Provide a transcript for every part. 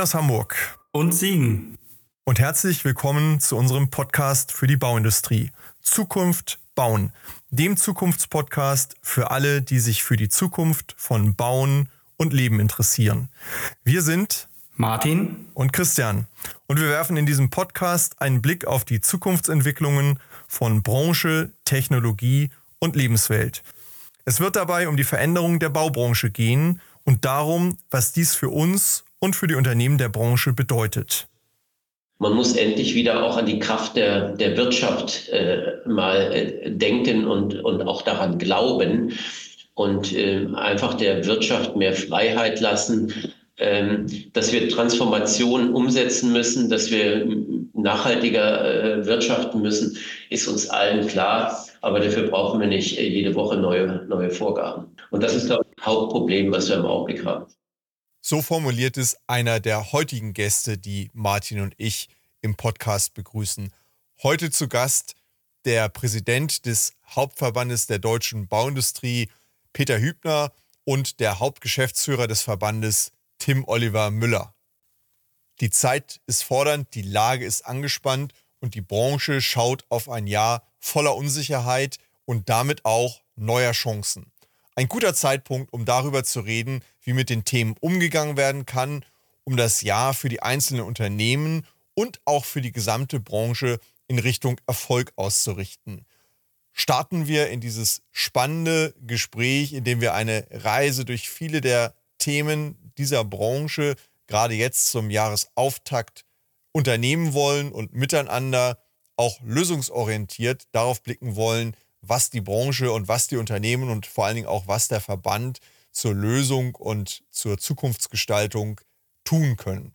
aus Hamburg und Siegen. Und herzlich willkommen zu unserem Podcast für die Bauindustrie. Zukunft bauen, dem Zukunftspodcast für alle, die sich für die Zukunft von Bauen und Leben interessieren. Wir sind Martin und Christian und wir werfen in diesem Podcast einen Blick auf die Zukunftsentwicklungen von Branche, Technologie und Lebenswelt. Es wird dabei um die Veränderung der Baubranche gehen und darum, was dies für uns und für die Unternehmen der Branche bedeutet. Man muss endlich wieder auch an die Kraft der Wirtschaft mal denken und auch daran glauben und einfach der Wirtschaft mehr Freiheit lassen, dass wir Transformationen umsetzen müssen, dass wir nachhaltiger wirtschaften müssen, ist uns allen klar. Aber dafür brauchen wir nicht jede Woche neue Vorgaben. Und das ist, glaube ich, das Hauptproblem, was wir im Augenblick haben. So formuliert es einer der heutigen Gäste, die Martin und ich im Podcast begrüßen. Heute zu Gast der Präsident des Hauptverbandes der deutschen Bauindustrie, Peter Hübner, und der Hauptgeschäftsführer des Verbandes, Tim Oliver Müller. Die Zeit ist fordernd, die Lage ist angespannt und die Branche schaut auf ein Jahr voller Unsicherheit und damit auch neuer Chancen. Ein guter Zeitpunkt, um darüber zu reden, wie mit den Themen umgegangen werden kann, um das Jahr für die einzelnen Unternehmen und auch für die gesamte Branche in Richtung Erfolg auszurichten. Starten wir in dieses spannende Gespräch, in dem wir eine Reise durch viele der Themen dieser Branche gerade jetzt zum Jahresauftakt unternehmen wollen und miteinander auch lösungsorientiert darauf blicken wollen, was die Branche und was die Unternehmen und vor allen Dingen auch was der Verband zur Lösung und zur Zukunftsgestaltung tun können.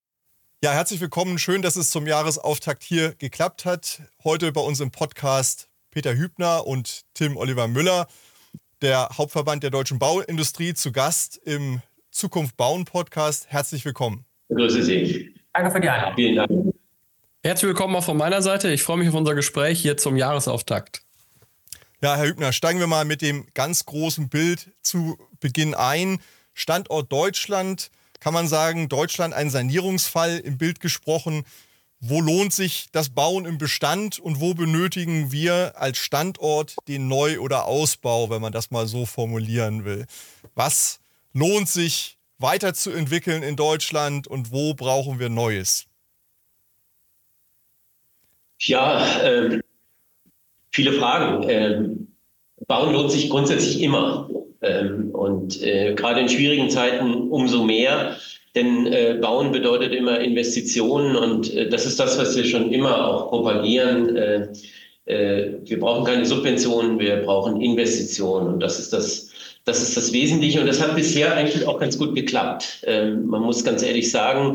Ja, herzlich willkommen. Schön, dass es zum Jahresauftakt hier geklappt hat. Heute bei uns im Podcast Peter Hübner und Tim Oliver Müller, der Hauptverband der deutschen Bauindustrie, zu Gast im Zukunft bauen Podcast. Herzlich willkommen. Grüße Sie. Danke für die Einladung. Vielen Dank. Herzlich willkommen auch von meiner Seite. Ich freue mich auf unser Gespräch hier zum Jahresauftakt. Ja, Herr Hübner, steigen wir mal mit dem ganz großen Bild zu Beginn ein. Standort Deutschland, kann man sagen, Deutschland ein Sanierungsfall im Bild gesprochen. Wo lohnt sich das Bauen im Bestand und wo benötigen wir als Standort den Neu- oder Ausbau, wenn man das mal so formulieren will? Was lohnt sich weiterzuentwickeln in Deutschland und wo brauchen wir Neues? Ja, viele Fragen. Bauen lohnt sich grundsätzlich immer. Gerade in schwierigen Zeiten umso mehr, denn Bauen bedeutet immer Investitionen und das ist das, was wir schon immer auch propagieren. Wir brauchen keine Subventionen, wir brauchen Investitionen und das ist das Wesentliche und das hat bisher eigentlich auch ganz gut geklappt. Man muss ganz ehrlich sagen,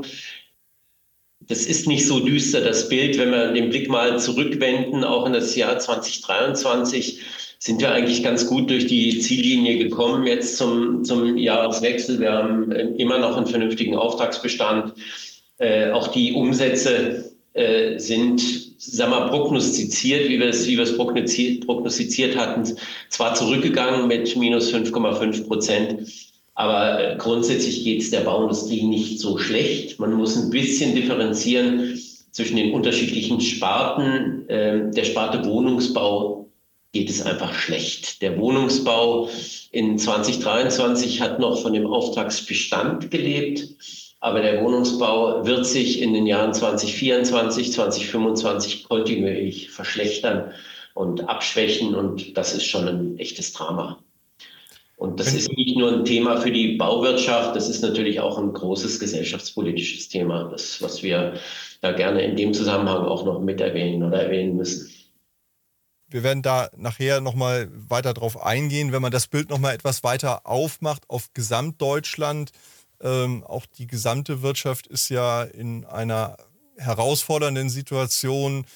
das ist nicht so düster, das Bild, wenn wir den Blick mal zurückwenden, auch in das Jahr 2023 sind wir eigentlich ganz gut durch die Ziellinie gekommen jetzt zum Jahreswechsel. Wir haben immer noch einen vernünftigen Auftragsbestand. Auch die Umsätze sind, sagen wir mal, prognostiziert, wie wir es prognostiziert hatten, zwar zurückgegangen mit minus 5,5%, aber grundsätzlich geht es der Bauindustrie nicht so schlecht. Man muss ein bisschen differenzieren zwischen den unterschiedlichen Sparten. Der Sparte Wohnungsbau geht es einfach schlecht. Der Wohnungsbau in 2023 hat noch von dem Auftragsbestand gelebt, aber der Wohnungsbau wird sich in den Jahren 2024, 2025 kontinuierlich verschlechtern und abschwächen und das ist schon ein echtes Drama. Und das ist nicht nur ein Thema für die Bauwirtschaft, das ist natürlich auch ein großes gesellschaftspolitisches Thema, was wir da gerne in dem Zusammenhang auch noch mit erwähnen müssen. Wir werden da nachher nochmal weiter drauf eingehen, wenn man das Bild nochmal etwas weiter aufmacht auf Gesamtdeutschland. Auch die gesamte Wirtschaft ist ja in einer herausfordernden Situation.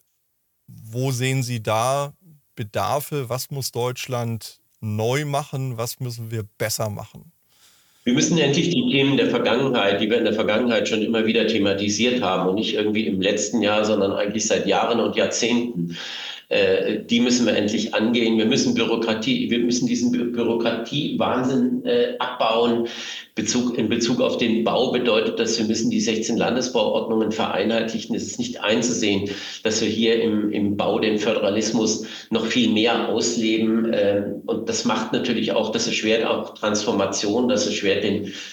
Wo sehen Sie da Bedarfe? Was muss Deutschland neu machen? Was müssen wir besser machen? Wir müssen endlich die Themen der Vergangenheit, die wir in der Vergangenheit schon immer wieder thematisiert haben und nicht irgendwie im letzten Jahr, sondern eigentlich seit Jahren und Jahrzehnten. Die müssen wir endlich angehen. Wir müssen diesen Bürokratiewahnsinn abbauen. In Bezug auf den Bau bedeutet das, wir müssen die 16 Landesbauordnungen vereinheitlichen. Es ist nicht einzusehen, dass wir hier im Bau den Föderalismus noch viel mehr ausleben. Und das macht natürlich auch, das erschwert auch Transformation, das erschwert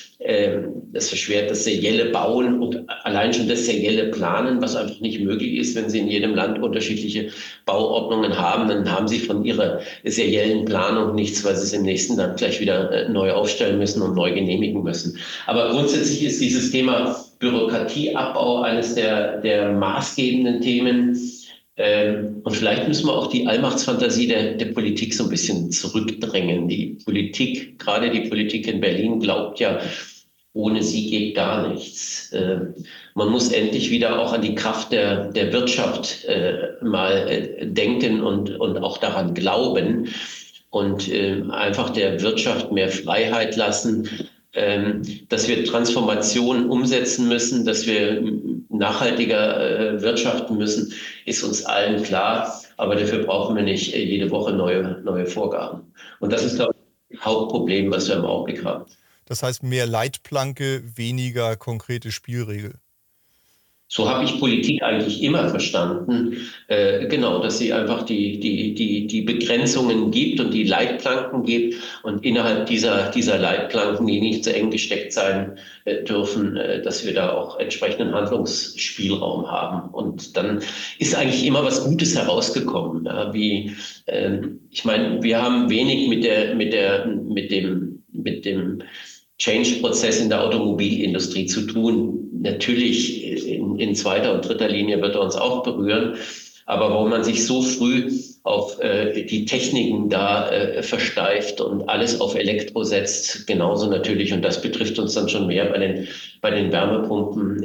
das serielle Bauen und allein schon das serielle Planen, was einfach nicht möglich ist. Wenn Sie in jedem Land unterschiedliche Bauordnungen haben, dann haben Sie von Ihrer seriellen Planung nichts, weil Sie es im nächsten Land gleich wieder neu aufstellen müssen und neu genehmigen müssen. Aber grundsätzlich ist dieses Thema Bürokratieabbau eines der maßgebenden Themen. Und vielleicht müssen wir auch die Allmachtsfantasie der Politik so ein bisschen zurückdrängen. Die Politik, gerade die Politik in Berlin, glaubt ja, ohne sie geht gar nichts. Man muss endlich wieder auch an die Kraft der Wirtschaft mal denken und auch daran glauben und einfach der Wirtschaft mehr Freiheit lassen, dass wir Transformationen umsetzen müssen, dass wir nachhaltiger wirtschaften müssen, ist uns allen klar. Aber dafür brauchen wir nicht jede Woche neue Vorgaben. Und das ist, glaube ich, das Hauptproblem, was wir im Augenblick haben. Das heißt, mehr Leitplanke, weniger konkrete Spielregel. So habe ich Politik eigentlich immer verstanden, genau, dass sie einfach die Begrenzungen gibt und die Leitplanken gibt und innerhalb dieser Leitplanken, die nicht zu eng gesteckt sein dürfen, dass wir da auch entsprechenden Handlungsspielraum haben. Und dann ist eigentlich immer was Gutes herausgekommen. Ja, ich meine, wir haben wenig mit dem Change-Prozess in der Automobilindustrie zu tun. Natürlich in zweiter und dritter Linie wird er uns auch berühren. Aber wo man sich so früh auf die Techniken da versteift und alles auf Elektro setzt, genauso natürlich. Und das betrifft uns dann schon mehr bei den Wärmepumpen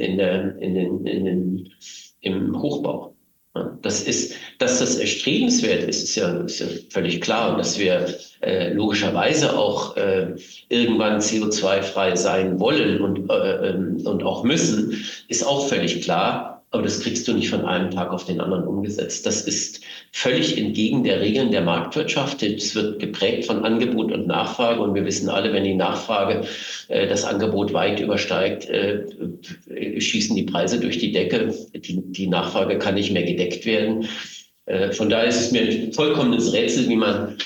im Hochbau. Dass das erstrebenswert ist ja völlig klar. Und dass wir logischerweise auch irgendwann CO2-frei sein wollen und auch müssen, ist auch völlig klar. Aber das kriegst du nicht von einem Tag auf den anderen umgesetzt. Das ist völlig entgegen der Regeln der Marktwirtschaft. Es wird geprägt von Angebot und Nachfrage. Und wir wissen alle, wenn die Nachfrage das Angebot weit übersteigt, schießen die Preise durch die Decke. Die Nachfrage kann nicht mehr gedeckt werden. Von daher ist es mir ein vollkommenes Rätsel, wie man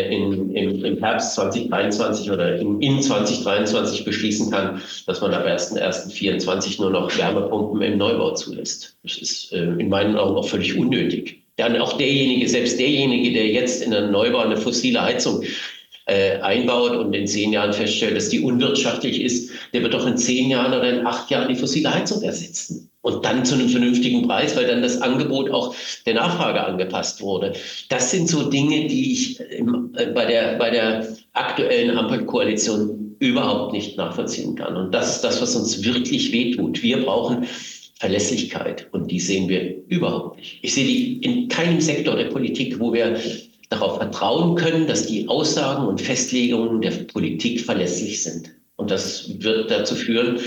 im Herbst 2023 oder in 2023 beschließen kann, dass man ab 1.1.24 nur noch Wärmepumpen im Neubau zulässt. Das ist in meinen Augen auch völlig unnötig. Dann auch selbst derjenige, der jetzt in einem Neubau eine fossile Heizung einbaut und in 10 Jahren feststellt, dass die unwirtschaftlich ist, der wird doch in 10 Jahren oder in 8 Jahren die fossile Heizung ersetzen. Und dann zu einem vernünftigen Preis, weil dann das Angebot auch der Nachfrage angepasst wurde. Das sind so Dinge, die ich bei der aktuellen Ampelkoalition überhaupt nicht nachvollziehen kann. Und das ist das, was uns wirklich wehtut. Wir brauchen Verlässlichkeit und die sehen wir überhaupt nicht. Ich sehe die in keinem Sektor der Politik, wo wir darauf vertrauen können, dass die Aussagen und Festlegungen der Politik verlässlich sind. Und das wird dazu führen,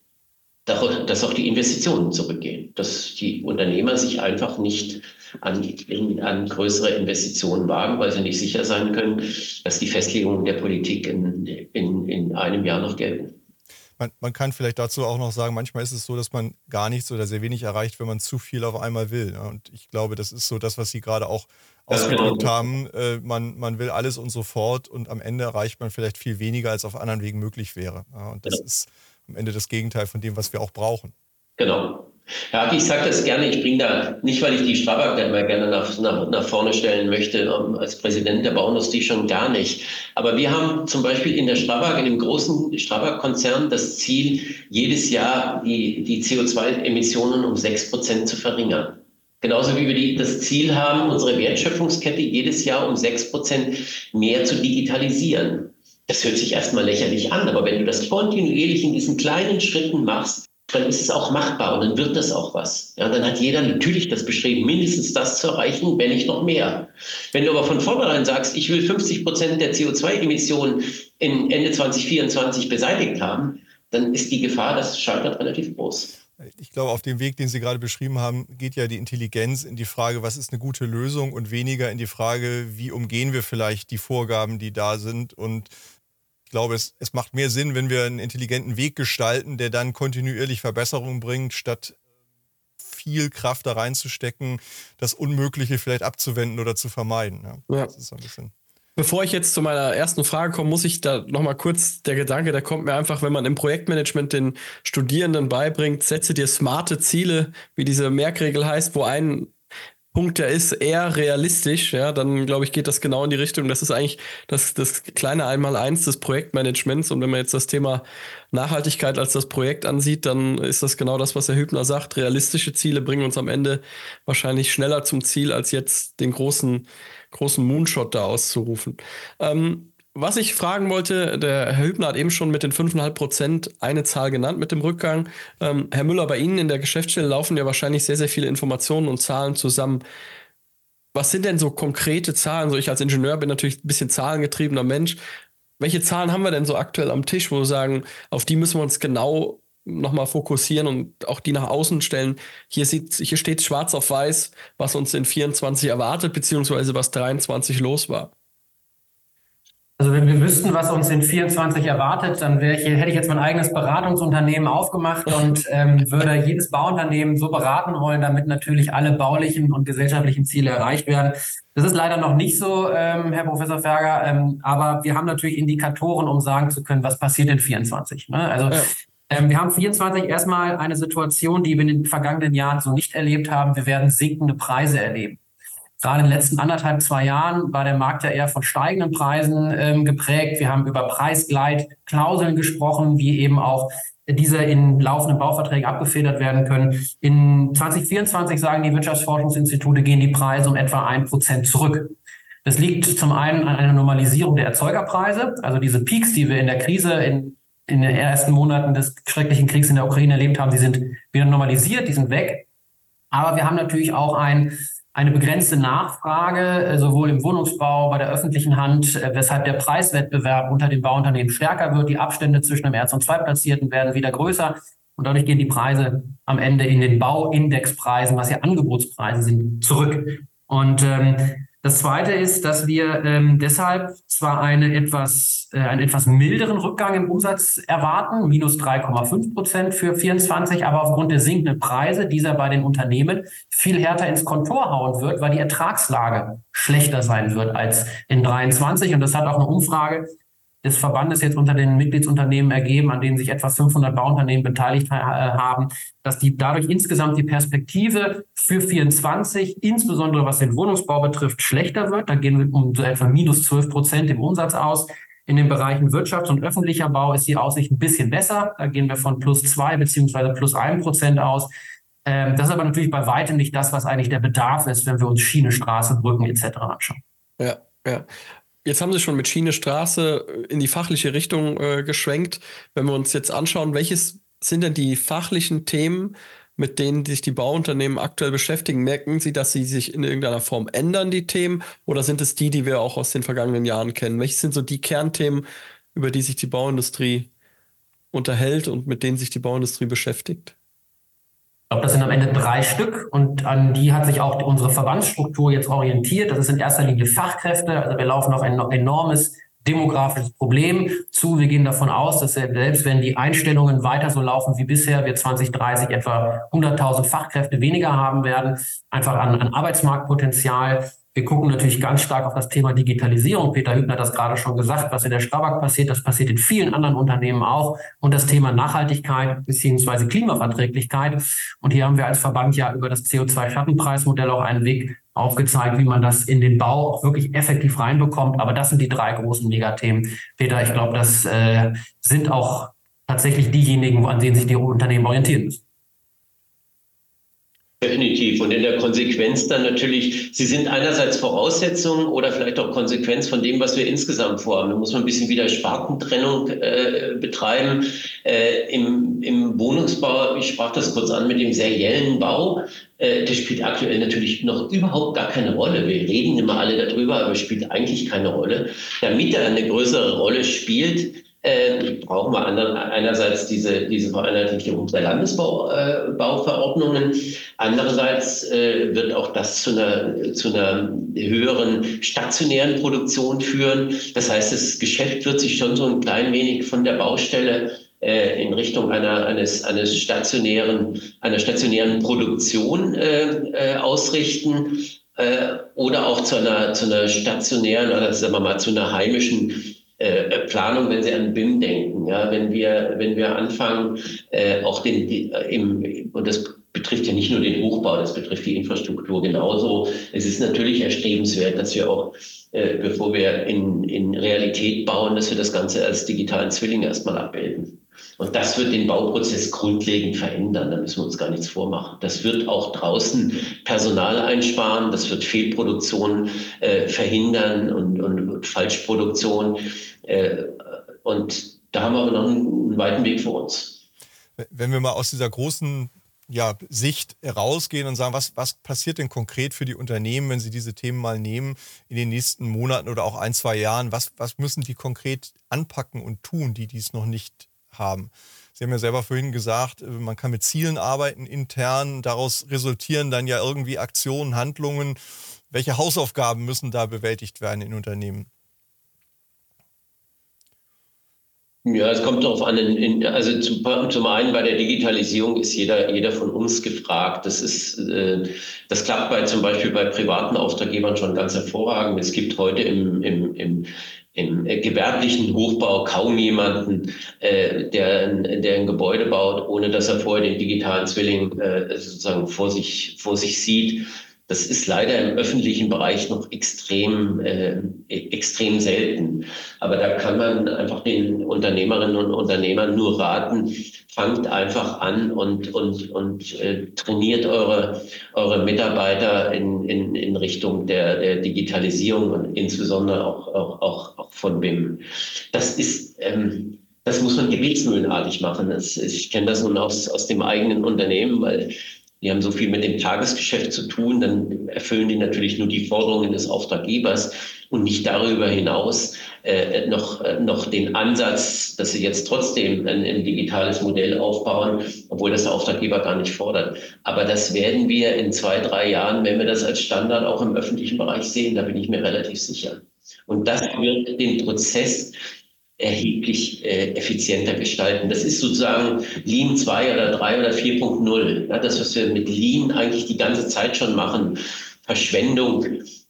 dass auch die Investitionen zurückgehen, dass die Unternehmer sich einfach nicht an größere Investitionen wagen, weil sie nicht sicher sein können, dass die Festlegungen der Politik in einem Jahr noch gelten. Man kann vielleicht dazu auch noch sagen, manchmal ist es so, dass man gar nichts oder sehr wenig erreicht, wenn man zu viel auf einmal will. Und ich glaube, das ist so das, was Sie gerade auch ausgedrückt haben. Man will alles und sofort und am Ende erreicht man vielleicht viel weniger, als auf anderen Wegen möglich wäre. Und das ist am Ende das Gegenteil von dem, was wir auch brauchen. Genau. Ja, ich sage das gerne, ich bringe da, nicht weil ich die Strabag da immer gerne nach vorne stellen möchte, als Präsident der Bauindustrie schon gar nicht. Aber wir haben zum Beispiel in der Strabag, in dem großen Strabag-Konzern, das Ziel, jedes Jahr die CO2-Emissionen um 6% zu verringern. Genauso wie wir das Ziel haben, unsere Wertschöpfungskette jedes Jahr um 6% mehr zu digitalisieren. Das hört sich erstmal lächerlich an, aber wenn du das kontinuierlich in diesen kleinen Schritten machst, dann ist es auch machbar und dann wird das auch was. Ja, dann hat jeder natürlich das Bestreben, mindestens das zu erreichen, wenn nicht noch mehr. Wenn du aber von vornherein sagst, ich will 50% der CO2-Emissionen Ende 2024 beseitigt haben, dann ist die Gefahr, das scheitert, relativ groß. Ich glaube, auf dem Weg, den Sie gerade beschrieben haben, geht ja die Intelligenz in die Frage, was ist eine gute Lösung und weniger in die Frage, wie umgehen wir vielleicht die Vorgaben, die da sind. Und ich glaube, es macht mehr Sinn, wenn wir einen intelligenten Weg gestalten, der dann kontinuierlich Verbesserungen bringt, statt viel Kraft da reinzustecken, das Unmögliche vielleicht abzuwenden oder zu vermeiden. Ja. Das ist so ein bisschen. Bevor ich jetzt zu meiner ersten Frage komme, muss ich da nochmal kurz, der Gedanke, der kommt mir einfach, wenn man im Projektmanagement den Studierenden beibringt, setze dir smarte Ziele, wie diese Merkregel heißt, wo ein Punkt, der ist eher realistisch, ja, dann glaube ich, geht das genau in die Richtung. Das ist eigentlich das kleine Einmaleins des Projektmanagements. Und wenn man jetzt das Thema Nachhaltigkeit als das Projekt ansieht, dann ist das genau das, was Herr Hübner sagt. Realistische Ziele bringen uns am Ende wahrscheinlich schneller zum Ziel, als jetzt den großen Moonshot da auszurufen. Was ich fragen wollte, der Herr Hübner hat eben schon mit den 5,5% eine Zahl genannt mit dem Rückgang. Herr Müller, bei Ihnen in der Geschäftsstelle laufen ja wahrscheinlich sehr, sehr viele Informationen und Zahlen zusammen. Was sind denn so konkrete Zahlen? So, ich als Ingenieur bin natürlich ein bisschen zahlengetriebener Mensch. Welche Zahlen haben wir denn so aktuell am Tisch, wo wir sagen, auf die müssen wir uns genau nochmal fokussieren und auch die nach außen stellen? Hier steht schwarz auf weiß, was uns in 24 erwartet, beziehungsweise was 23 los war. Also wenn wir wüssten, was uns in 24 erwartet, dann hätte ich jetzt mein eigenes Beratungsunternehmen aufgemacht und würde jedes Bauunternehmen so beraten wollen, damit natürlich alle baulichen und gesellschaftlichen Ziele erreicht werden. Das ist leider noch nicht so, Herr Professor Ferger, aber wir haben natürlich Indikatoren, um sagen zu können, was passiert in 24. Ne? Also wir haben 24 erstmal eine Situation, die wir in den vergangenen Jahren so nicht erlebt haben. Wir werden sinkende Preise erleben. Gerade in den letzten 2 Jahren war der Markt ja eher von steigenden Preisen geprägt. Wir haben über Preisgleitklauseln gesprochen, wie eben auch diese in laufenden Bauverträgen abgefedert werden können. In 2024 sagen die Wirtschaftsforschungsinstitute, gehen die Preise um etwa 1% zurück. Das liegt zum einen an einer Normalisierung der Erzeugerpreise, also diese Peaks, die wir in der Krise in den ersten Monaten des schrecklichen Kriegs in der Ukraine erlebt haben, die sind wieder normalisiert, die sind weg. Aber wir haben natürlich auch eine begrenzte Nachfrage, sowohl im Wohnungsbau, bei der öffentlichen Hand, weshalb der Preiswettbewerb unter den Bauunternehmen stärker wird. Die Abstände zwischen dem Erst- und Zweitplatzierten werden wieder größer und dadurch gehen die Preise am Ende in den Bauindexpreisen, was ja Angebotspreise sind, zurück. Und das Zweite ist, dass wir deshalb zwar einen etwas milderen Rückgang im Umsatz erwarten, minus 3,5% für 24, aber aufgrund der sinkenden Preise dieser bei den Unternehmen viel härter ins Kontor hauen wird, weil die Ertragslage schlechter sein wird als in 23. Und das hat auch eine Umfrage des Verbandes jetzt unter den Mitgliedsunternehmen ergeben, an denen sich etwa 500 Bauunternehmen beteiligt haben, dass die dadurch insgesamt die Perspektive für 24, insbesondere was den Wohnungsbau betrifft, schlechter wird. Da gehen wir um so etwa minus 12% im Umsatz aus. In den Bereichen Wirtschafts- und öffentlicher Bau ist die Aussicht ein bisschen besser. Da gehen wir von plus 2 bzw. plus 1% aus. Das ist aber natürlich bei weitem nicht das, was eigentlich der Bedarf ist, wenn wir uns Schiene, Straße, Brücken etc. anschauen. Ja. Jetzt haben Sie schon mit Schiene, Straße in die fachliche Richtung geschwenkt. Wenn wir uns jetzt anschauen, welches sind denn die fachlichen Themen, mit denen sich die Bauunternehmen aktuell beschäftigen? Merken Sie, dass sie sich in irgendeiner Form ändern, die Themen? Oder sind es die wir auch aus den vergangenen Jahren kennen? Welche sind so die Kernthemen, über die sich die Bauindustrie unterhält und mit denen sich die Bauindustrie beschäftigt? Ich glaube, das sind am Ende 3 Stück und an die hat sich auch unsere Verbandsstruktur jetzt orientiert. Das ist in erster Linie Fachkräfte. Also wir laufen auf ein enormes demografisches Problem zu. Wir gehen davon aus, dass selbst wenn die Einstellungen weiter so laufen wie bisher, wir 2030 etwa 100.000 Fachkräfte weniger haben werden, einfach an Arbeitsmarktpotenzial. Wir gucken natürlich ganz stark auf das Thema Digitalisierung. Peter Hübner hat das gerade schon gesagt, was in der Strabag passiert, das passiert in vielen anderen Unternehmen auch. Und das Thema Nachhaltigkeit bzw. Klimaverträglichkeit. Und hier haben wir als Verband ja über das CO2-Schattenpreismodell auch einen Weg aufgezeigt, wie man das in den Bau auch wirklich effektiv reinbekommt. Aber das sind die 3 großen Megathemen. Peter, ich glaube, das sind auch tatsächlich diejenigen, an denen sich die Unternehmen orientieren müssen. Definitiv. Und in der Konsequenz dann natürlich, sie sind einerseits Voraussetzungen oder vielleicht auch Konsequenz von dem, was wir insgesamt vorhaben. Da muss man ein bisschen wieder Spartentrennung betreiben. Im Wohnungsbau, ich sprach das kurz an mit dem seriellen Bau, das spielt aktuell natürlich noch überhaupt gar keine Rolle. Wir reden immer alle darüber, aber es spielt eigentlich keine Rolle. Damit er eine größere Rolle spielt, brauchen wir einerseits diese Vereinheitlichung der Landesbauverordnungen. Andererseits wird auch das zu einer höheren stationären Produktion führen. Das heißt, das Geschäft wird sich schon so ein klein wenig von der Baustelle in Richtung einer stationären Produktion ausrichten. Oder auch zu einer stationären oder sagen wir mal zu einer heimischen Planung, wenn Sie an BIM denken. Ja, wenn wir anfangen, auch und das betrifft ja nicht nur den Hochbau, das betrifft die Infrastruktur genauso. Es ist natürlich erstrebenswert, dass wir auch, bevor wir in Realität bauen, dass wir das Ganze als digitalen Zwilling erstmal abbilden. Und das wird den Bauprozess grundlegend verändern, da müssen wir uns gar nichts vormachen. Das wird auch draußen Personal einsparen, das wird Fehlproduktion verhindern und Falschproduktion. Und da haben wir aber noch einen weiten Weg vor uns. Wenn wir mal aus dieser großen Sicht rausgehen und sagen, was passiert denn konkret für die Unternehmen, wenn sie diese Themen mal nehmen in den nächsten Monaten oder auch 1-2 Jahren? Was müssen die konkret anpacken und tun, die dies noch nicht haben? Sie haben ja selber vorhin gesagt, man kann mit Zielen arbeiten intern, daraus resultieren dann ja irgendwie Aktionen, Handlungen. Welche Hausaufgaben müssen da bewältigt werden in Unternehmen? Ja, es kommt darauf an. Also zum einen bei der Digitalisierung ist jeder von uns gefragt. Das klappt zum Beispiel bei privaten Auftraggebern schon ganz hervorragend. Es gibt heute im gewerblichen Hochbau kaum jemanden, der ein Gebäude baut, ohne dass er vorher den digitalen Zwilling sozusagen vor sich sieht. Das ist leider im öffentlichen Bereich noch extrem selten. Aber da kann man einfach den Unternehmerinnen und Unternehmern nur raten, fangt einfach an und trainiert eure Mitarbeiter in Richtung der Digitalisierung und insbesondere auch von BIM. Das muss man gebetsmühlenartig machen. Ich kenne das nun aus dem eigenen Unternehmen, weil die haben so viel mit dem Tagesgeschäft zu tun, dann erfüllen die natürlich nur die Forderungen des Auftraggebers und nicht darüber hinaus noch den Ansatz, dass sie jetzt trotzdem ein digitales Modell aufbauen, obwohl das der Auftraggeber gar nicht fordert. Aber das werden wir in 2-3 Jahren, wenn wir das als Standard auch im öffentlichen Bereich sehen, da bin ich mir relativ sicher. Und das wird den Prozess erheblich effizienter gestalten. Das ist sozusagen Lean 2 oder 3 oder 4.0. Ja, das, was wir mit Lean eigentlich die ganze Zeit schon machen, Verschwendung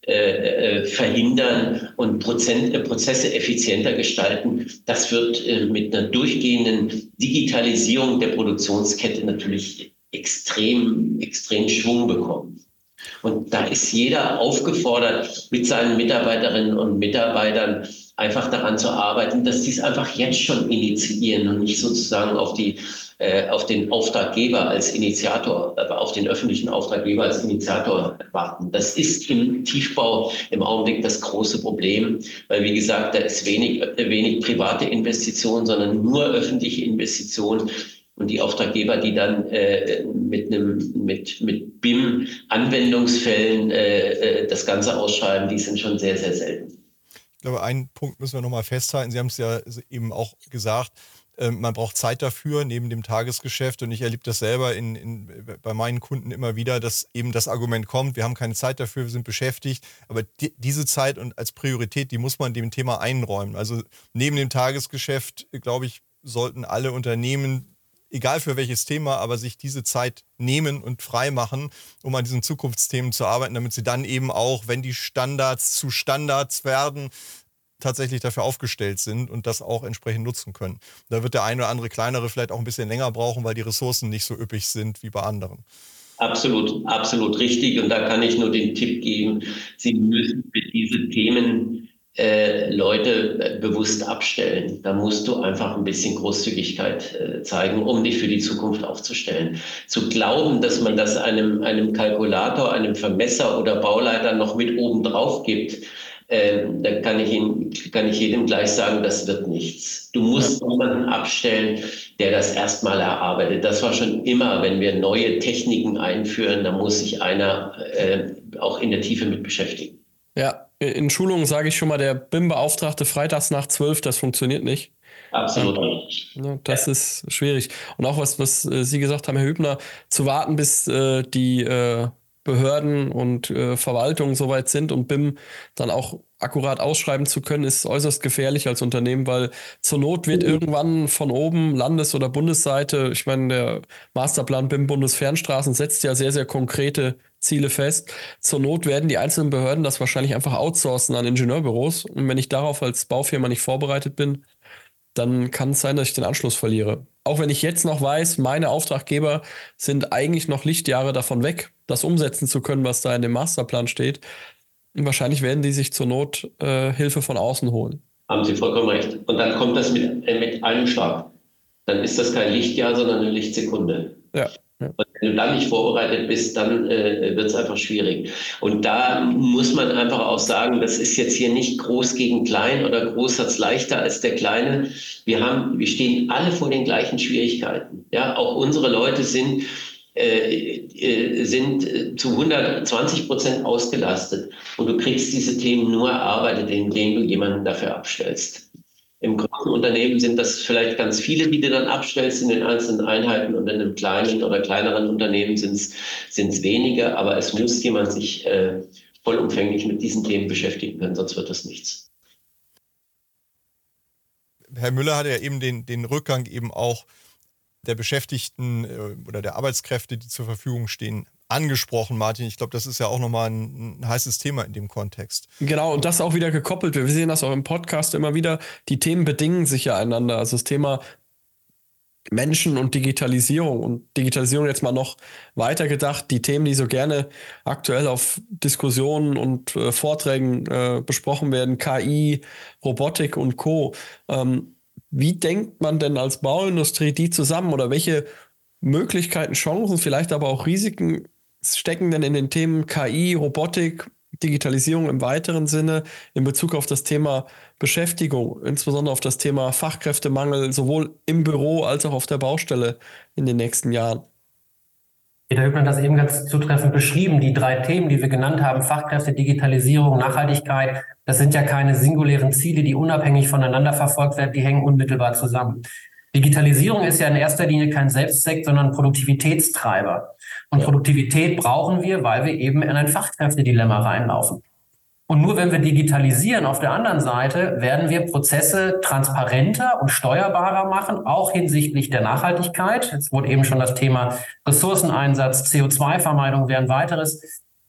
verhindern und Prozesse effizienter gestalten, das wird mit einer durchgehenden Digitalisierung der Produktionskette natürlich extrem Schwung bekommen. Und da ist jeder aufgefordert, mit seinen Mitarbeiterinnen und Mitarbeitern einfach daran zu arbeiten, dass die es einfach jetzt schon initiieren und nicht sozusagen auf den Auftraggeber als Initiator, aber auf den öffentlichen Auftraggeber als Initiator warten. Das ist im Tiefbau im Augenblick das große Problem, weil, wie gesagt, da ist wenig private Investitionen, sondern nur öffentliche Investitionen. Und die Auftraggeber, die dann mit BIM-Anwendungsfällen das Ganze ausschreiben, die sind schon sehr, sehr selten. Ich glaube, einen Punkt müssen wir nochmal festhalten. Sie haben es ja eben auch gesagt, man braucht Zeit dafür, neben dem Tagesgeschäft. Und ich erlebe das selber bei meinen Kunden immer wieder, dass eben das Argument kommt, wir haben keine Zeit dafür, wir sind beschäftigt. Aber diese Zeit und als Priorität, die muss man dem Thema einräumen. Also neben dem Tagesgeschäft, glaube ich, sollten alle Unternehmen, egal für welches Thema, aber sich diese Zeit nehmen und frei machen, um an diesen Zukunftsthemen zu arbeiten, damit sie dann eben auch, wenn die Standards zu Standards werden, tatsächlich dafür aufgestellt sind und das auch entsprechend nutzen können. Da wird der eine oder andere kleinere vielleicht auch ein bisschen länger brauchen, weil die Ressourcen nicht so üppig sind wie bei anderen. Absolut, absolut richtig. Und da kann ich nur den Tipp geben, Sie müssen für diese Themen Leute bewusst abstellen. Da musst du einfach ein bisschen Großzügigkeit zeigen, um dich für die Zukunft aufzustellen. Zu glauben, dass man das einem Kalkulator, einem Vermesser oder Bauleiter noch mit oben drauf gibt, da kann ich jedem gleich sagen, das wird nichts. Du musst jemanden abstellen, der das erstmal erarbeitet. Das war schon immer, wenn wir neue Techniken einführen, da muss sich einer auch in der Tiefe mit beschäftigen. Ja, in Schulungen sage ich schon mal, der BIM-Beauftragte freitags nach 12, das funktioniert nicht. Absolut richtig. Ja, das ist schwierig. Und auch was Sie gesagt haben, Herr Hübner, zu warten, bis die Behörden und Verwaltungen soweit sind und BIM dann auch akkurat ausschreiben zu können, ist äußerst gefährlich als Unternehmen, weil zur Not wird irgendwann von oben Landes- oder Bundesseite, ich meine, der Masterplan BIM Bundesfernstraßen setzt ja sehr, sehr konkrete Ziele fest. Zur Not werden die einzelnen Behörden das wahrscheinlich einfach outsourcen an Ingenieurbüros. Und wenn ich darauf als Baufirma nicht vorbereitet bin, dann kann es sein, dass ich den Anschluss verliere. Auch wenn ich jetzt noch weiß, meine Auftraggeber sind eigentlich noch Lichtjahre davon weg, das umsetzen zu können, was da in dem Masterplan steht. Und wahrscheinlich werden die sich zur Not Hilfe von außen holen. Haben Sie vollkommen recht. Und dann kommt das mit einem Schlag. Dann ist das kein Lichtjahr, sondern eine Lichtsekunde. Ja. Und wenn du dann nicht vorbereitet bist, dann wird es einfach schwierig. Und da muss man einfach auch sagen, das ist jetzt hier nicht groß gegen klein oder groß hat's leichter als der Kleine. Wir stehen alle vor den gleichen Schwierigkeiten. Ja, auch unsere Leute sind zu 120% ausgelastet. Und du kriegst diese Themen nur erarbeitet, indem du jemanden dafür abstellst. Im großen Unternehmen sind das vielleicht ganz viele, die du dann abstellst in den einzelnen Einheiten, und in einem kleinen oder kleineren Unternehmen sind es weniger, aber es muss jemand sich vollumfänglich mit diesen Themen beschäftigen können, sonst wird das nichts. Herr Müller hatte ja eben den Rückgang eben auch der Beschäftigten oder der Arbeitskräfte, die zur Verfügung stehen, angesprochen, Martin. Ich glaube, das ist ja auch nochmal ein heißes Thema in dem Kontext. Genau, und das auch wieder gekoppelt. Wir sehen das auch im Podcast immer wieder. Die Themen bedingen sich ja einander. Also das Thema Menschen und Digitalisierung. Und Digitalisierung jetzt mal noch weiter gedacht. Die Themen, die so gerne aktuell auf Diskussionen und Vorträgen besprochen werden. KI, Robotik und Co. Wie denkt man denn als Bauindustrie die zusammen? Oder welche Möglichkeiten, Chancen, vielleicht aber auch Risiken stecken denn in den Themen KI, Robotik, Digitalisierung im weiteren Sinne in Bezug auf das Thema Beschäftigung, insbesondere auf das Thema Fachkräftemangel, sowohl im Büro als auch auf der Baustelle in den nächsten Jahren? Peter Hübner hat das eben ganz zutreffend beschrieben. Die 3 Themen, die wir genannt haben, Fachkräfte, Digitalisierung, Nachhaltigkeit, das sind ja keine singulären Ziele, die unabhängig voneinander verfolgt werden, die hängen unmittelbar zusammen. Digitalisierung ist ja in erster Linie kein Selbstzweck, sondern Produktivitätstreiber. Und Produktivität brauchen wir, weil wir eben in ein Fachkräftedilemma reinlaufen. Und nur wenn wir digitalisieren auf der anderen Seite, werden wir Prozesse transparenter und steuerbarer machen, auch hinsichtlich der Nachhaltigkeit. Es wurde eben schon das Thema Ressourceneinsatz, CO2-Vermeidung wäre ein weiteres.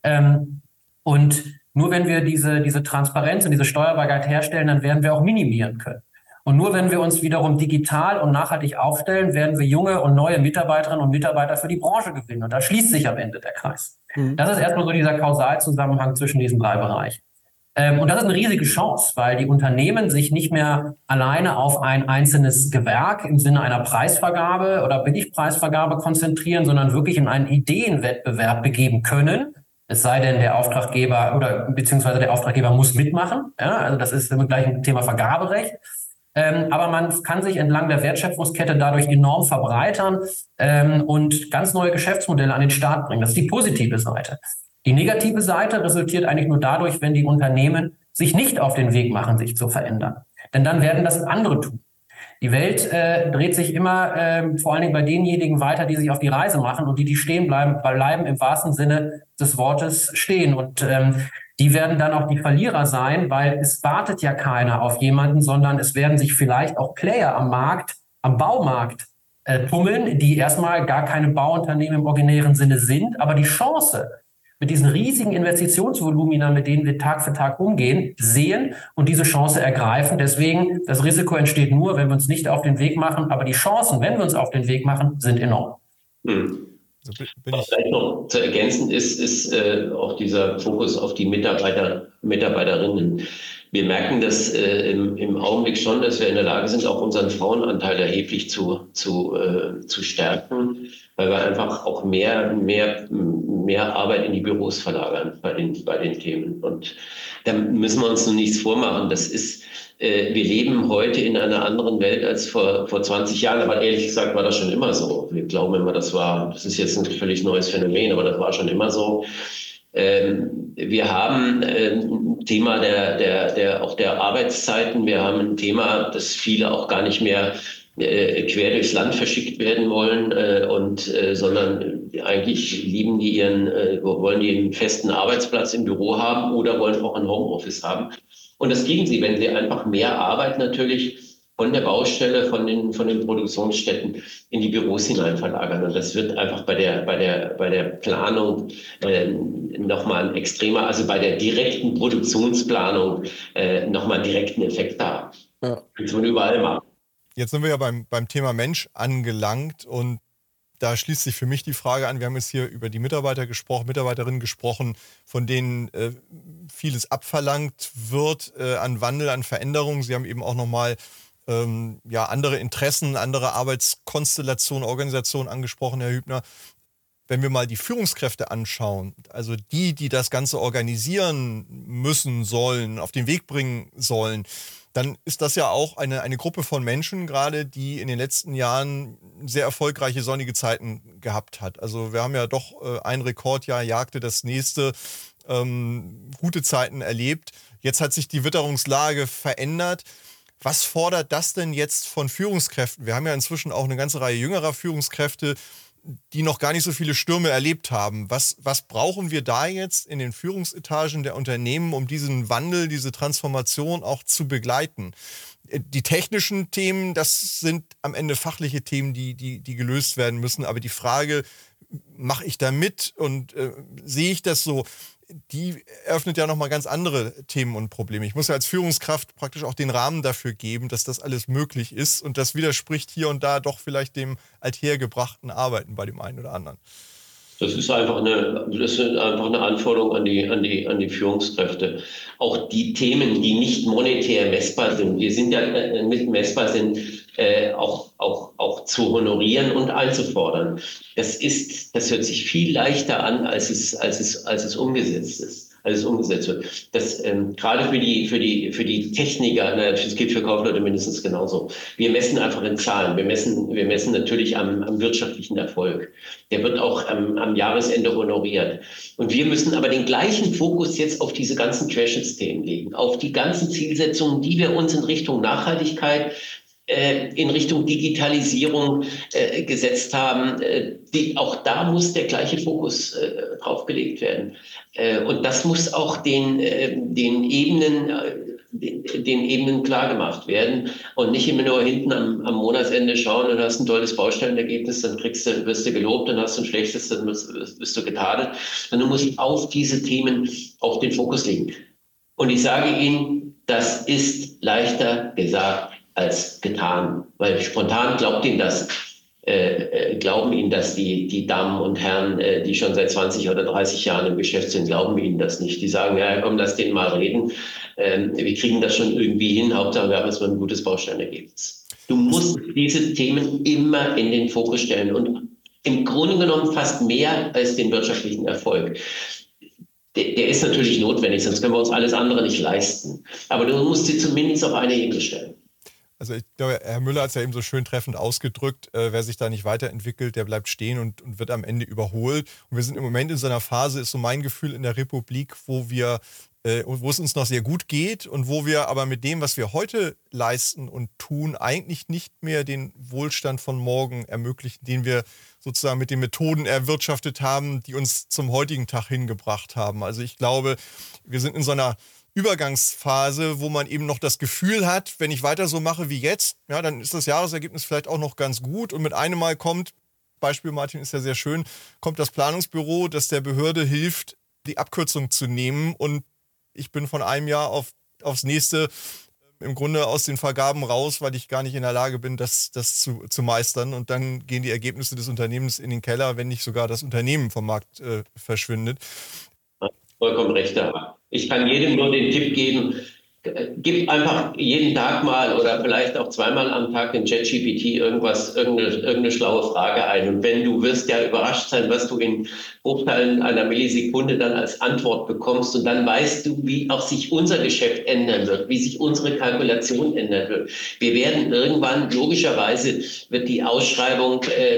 Und nur wenn wir diese Transparenz und diese Steuerbarkeit herstellen, dann werden wir auch minimieren können. Und nur wenn wir uns wiederum digital und nachhaltig aufstellen, werden wir junge und neue Mitarbeiterinnen und Mitarbeiter für die Branche gewinnen. Und da schließt sich am Ende der Kreis. Das ist erstmal so dieser Kausalzusammenhang zwischen diesen 3 Bereichen. Und das ist eine riesige Chance, weil die Unternehmen sich nicht mehr alleine auf ein einzelnes Gewerk im Sinne einer Preisvergabe oder Billigpreisvergabe konzentrieren, sondern wirklich in einen Ideenwettbewerb begeben können. Es sei denn, der Auftraggeber beziehungsweise der Auftraggeber muss mitmachen. Ja, also das ist gleich ein Thema Vergaberecht. Aber man kann sich entlang der Wertschöpfungskette dadurch enorm verbreitern und ganz neue Geschäftsmodelle an den Start bringen. Das ist die positive Seite. Die negative Seite resultiert eigentlich nur dadurch, wenn die Unternehmen sich nicht auf den Weg machen, sich zu verändern. Denn dann werden das andere tun. Die Welt dreht sich immer vor allen Dingen bei denjenigen weiter, die sich auf die Reise machen, und die stehen bleiben im wahrsten Sinne des Wortes stehen. Und die werden dann auch die Verlierer sein, weil es wartet ja keiner auf jemanden, sondern es werden sich vielleicht auch Player am Baumarkt tummeln, die erstmal gar keine Bauunternehmen im originären Sinne sind, aber die Chance mit diesen riesigen Investitionsvolumina, mit denen wir Tag für Tag umgehen, sehen und diese Chance ergreifen. Deswegen, das Risiko entsteht nur, wenn wir uns nicht auf den Weg machen, aber die Chancen, wenn wir uns auf den Weg machen, sind enorm. Was vielleicht noch zu ergänzen ist auch dieser Fokus auf die Mitarbeiterinnen. Wir merken das im Augenblick schon, dass wir in der Lage sind, auch unseren Frauenanteil erheblich zu stärken, weil wir einfach auch mehr Arbeit in die Büros verlagern bei den Themen. Und da müssen wir uns noch nichts vormachen. Wir leben heute in einer anderen Welt als vor 20 Jahren, aber ehrlich gesagt war das schon immer so. Wir glauben immer, das ist jetzt ein völlig neues Phänomen, aber das war schon immer so. Wir haben ein Thema auch der Arbeitszeiten. Wir haben ein Thema, dass viele auch gar nicht mehr quer durchs Land verschickt werden wollen sondern eigentlich wollen die einen festen Arbeitsplatz im Büro haben oder wollen auch ein Homeoffice haben. Und das kriegen sie, wenn sie einfach mehr Arbeit natürlich von der Baustelle, von den Produktionsstätten in die Büros hinein verlagern. Und das wird einfach bei der Planung nochmal ein extremer, also bei der direkten Produktionsplanung nochmal einen direkten Effekt haben. Ja. Das muss man überall machen. Jetzt sind wir ja beim Thema Mensch angelangt und da schließt sich für mich die Frage an, wir haben jetzt hier über die Mitarbeiterinnen gesprochen, von denen vieles abverlangt wird an Wandel, an Veränderungen. Sie haben eben auch nochmal andere Interessen, andere Arbeitskonstellationen, Organisationen angesprochen, Herr Hübner. Wenn wir mal die Führungskräfte anschauen, also die das Ganze organisieren müssen, sollen, auf den Weg bringen sollen, dann ist das ja auch eine Gruppe von Menschen gerade, die in den letzten Jahren sehr erfolgreiche sonnige Zeiten gehabt hat. Also wir haben ja doch ein Rekordjahr, jagte das nächste, gute Zeiten erlebt. Jetzt hat sich die Witterungslage verändert. Was fordert das denn jetzt von Führungskräften? Wir haben ja inzwischen auch eine ganze Reihe jüngerer Führungskräfte, die noch gar nicht so viele Stürme erlebt haben. Was brauchen wir da jetzt in den Führungsetagen der Unternehmen, um diesen Wandel, diese Transformation auch zu begleiten? Die technischen Themen, das sind am Ende fachliche Themen, die gelöst werden müssen. Aber die Frage, mache ich da mit und sehe ich das so, die eröffnet ja nochmal ganz andere Themen und Probleme. Ich muss ja als Führungskraft praktisch auch den Rahmen dafür geben, dass das alles möglich ist. Und das widerspricht hier und da doch vielleicht dem althergebrachten Arbeiten bei dem einen oder anderen. Das ist einfach eine Anforderung an die Führungskräfte. Auch die Themen, die nicht monetär messbar sind, wir sind ja nicht messbar sind, auch zu honorieren und einzufordern. Das hört sich viel leichter an, als es umgesetzt ist. Als es umgesetzt wird. Das gerade für die Techniker, das gilt für Kaufleute mindestens genauso. Wir messen einfach in Zahlen. Wir messen natürlich am wirtschaftlichen Erfolg. Der wird auch am Jahresende honoriert. Und wir müssen aber den gleichen Fokus jetzt auf diese ganzen Querschnittsthemen legen, auf die ganzen Zielsetzungen, die wir uns in Richtung Nachhaltigkeit, in Richtung Digitalisierung gesetzt haben. Auch da muss der gleiche Fokus drauf gelegt werden. Und das muss auch den Ebenen klar gemacht werden und nicht immer nur hinten am Monatsende schauen und hast ein tolles Baustellenergebnis, dann wirst du gelobt, dann hast du ein schlechtes, dann wirst du getadelt. Sondern du musst auf diese Themen auf den Fokus legen. Und ich sage Ihnen, das ist leichter gesagt als getan, weil spontan glauben Ihnen das die Damen und Herren, die schon seit 20 oder 30 Jahren im Geschäft sind, glauben Ihnen das nicht. Die sagen, ja komm, lass den mal reden, wir kriegen das schon irgendwie hin, Hauptsache wir haben jetzt mal ein gutes Baustellenergebnis. Du musst diese Themen immer in den Fokus stellen und im Grunde genommen fast mehr als den wirtschaftlichen Erfolg. Der ist natürlich notwendig, sonst können wir uns alles andere nicht leisten. Aber du musst sie zumindest auf eine Ebene stellen. Also ich glaube, Herr Müller hat es ja eben so schön treffend ausgedrückt, wer sich da nicht weiterentwickelt, der bleibt stehen und wird am Ende überholt. Und wir sind im Moment in so einer Phase, ist so mein Gefühl in der Republik, wo es uns noch sehr gut geht und wo wir aber mit dem, was wir heute leisten und tun, eigentlich nicht mehr den Wohlstand von morgen ermöglichen, den wir sozusagen mit den Methoden erwirtschaftet haben, die uns zum heutigen Tag hingebracht haben. Also ich glaube, wir sind in so einer Übergangsphase, wo man eben noch das Gefühl hat, wenn ich weiter so mache wie jetzt, ja, dann ist das Jahresergebnis vielleicht auch noch ganz gut und mit einem Mal Beispiel Martin ist ja sehr schön, kommt das Planungsbüro, das der Behörde hilft, die Abkürzung zu nehmen und ich bin von einem Jahr aufs nächste im Grunde aus den Vergaben raus, weil ich gar nicht in der Lage bin, das zu meistern und dann gehen die Ergebnisse des Unternehmens in den Keller, wenn nicht sogar das Unternehmen vom Markt verschwindet. Vollkommen recht da. Ich kann jedem nur den Tipp geben, Gib einfach jeden Tag mal oder vielleicht auch zweimal am Tag in ChatGPT irgendeine schlaue Frage ein. Und du wirst ja überrascht sein, was du in Bruchteilen einer Millisekunde dann als Antwort bekommst. Und dann weißt du, wie auch sich unser Geschäft ändern wird, wie sich unsere Kalkulation ändern wird. Wir werden irgendwann, logischerweise, wird die Ausschreibung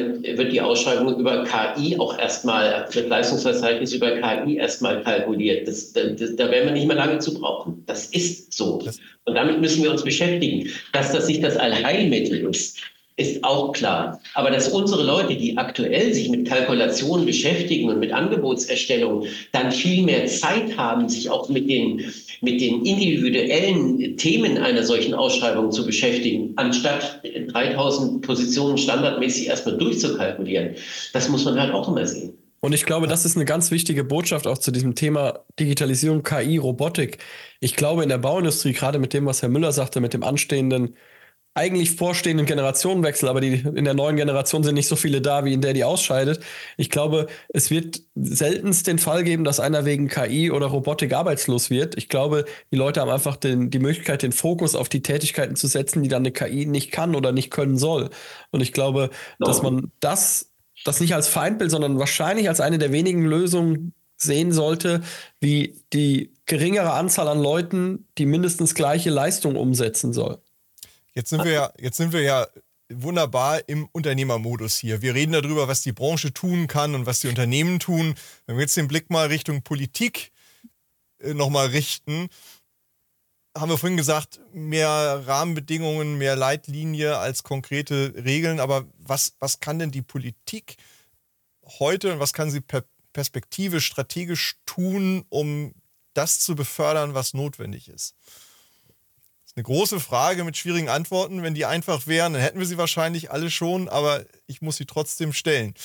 über KI auch erstmal, das Leistungsverzeichnis über KI erstmal kalkuliert. Da werden wir nicht mehr lange zu brauchen. Das ist so. Und damit müssen wir uns beschäftigen. Dass das nicht das Allheilmittel ist auch klar. Aber dass unsere Leute, die aktuell sich mit Kalkulationen beschäftigen und mit Angebotserstellung, dann viel mehr Zeit haben, sich auch mit den individuellen Themen einer solchen Ausschreibung zu beschäftigen, anstatt 3000 Positionen standardmäßig erstmal durchzukalkulieren. Das muss man halt auch immer sehen. Und ich glaube, das ist eine ganz wichtige Botschaft auch zu diesem Thema Digitalisierung, KI, Robotik. Ich glaube, in der Bauindustrie, gerade mit dem, was Herr Müller sagte, mit dem eigentlich vorstehenden Generationenwechsel, aber in der neuen Generation sind nicht so viele da, wie in der die ausscheidet. Ich glaube, es wird seltenst den Fall geben, dass einer wegen KI oder Robotik arbeitslos wird. Ich glaube, die Leute haben einfach die Möglichkeit, den Fokus auf die Tätigkeiten zu setzen, die dann eine KI nicht kann oder nicht können soll. Und ich glaube, dass man das nicht als Feindbild, sondern wahrscheinlich als eine der wenigen Lösungen sehen sollte, wie die geringere Anzahl an Leuten die mindestens gleiche Leistung umsetzen soll. Jetzt sind wir ja wunderbar im Unternehmermodus hier. Wir reden darüber, was die Branche tun kann und was die Unternehmen tun. Wenn wir jetzt den Blick mal Richtung Politik nochmal richten, haben wir vorhin gesagt, mehr Rahmenbedingungen, mehr Leitlinie als konkrete Regeln. Aber was kann denn die Politik heute und was kann sie perspektivisch, strategisch tun, um das zu befördern, was notwendig ist? Das ist eine große Frage mit schwierigen Antworten. Wenn die einfach wären, dann hätten wir sie wahrscheinlich alle schon, aber ich muss sie trotzdem stellen.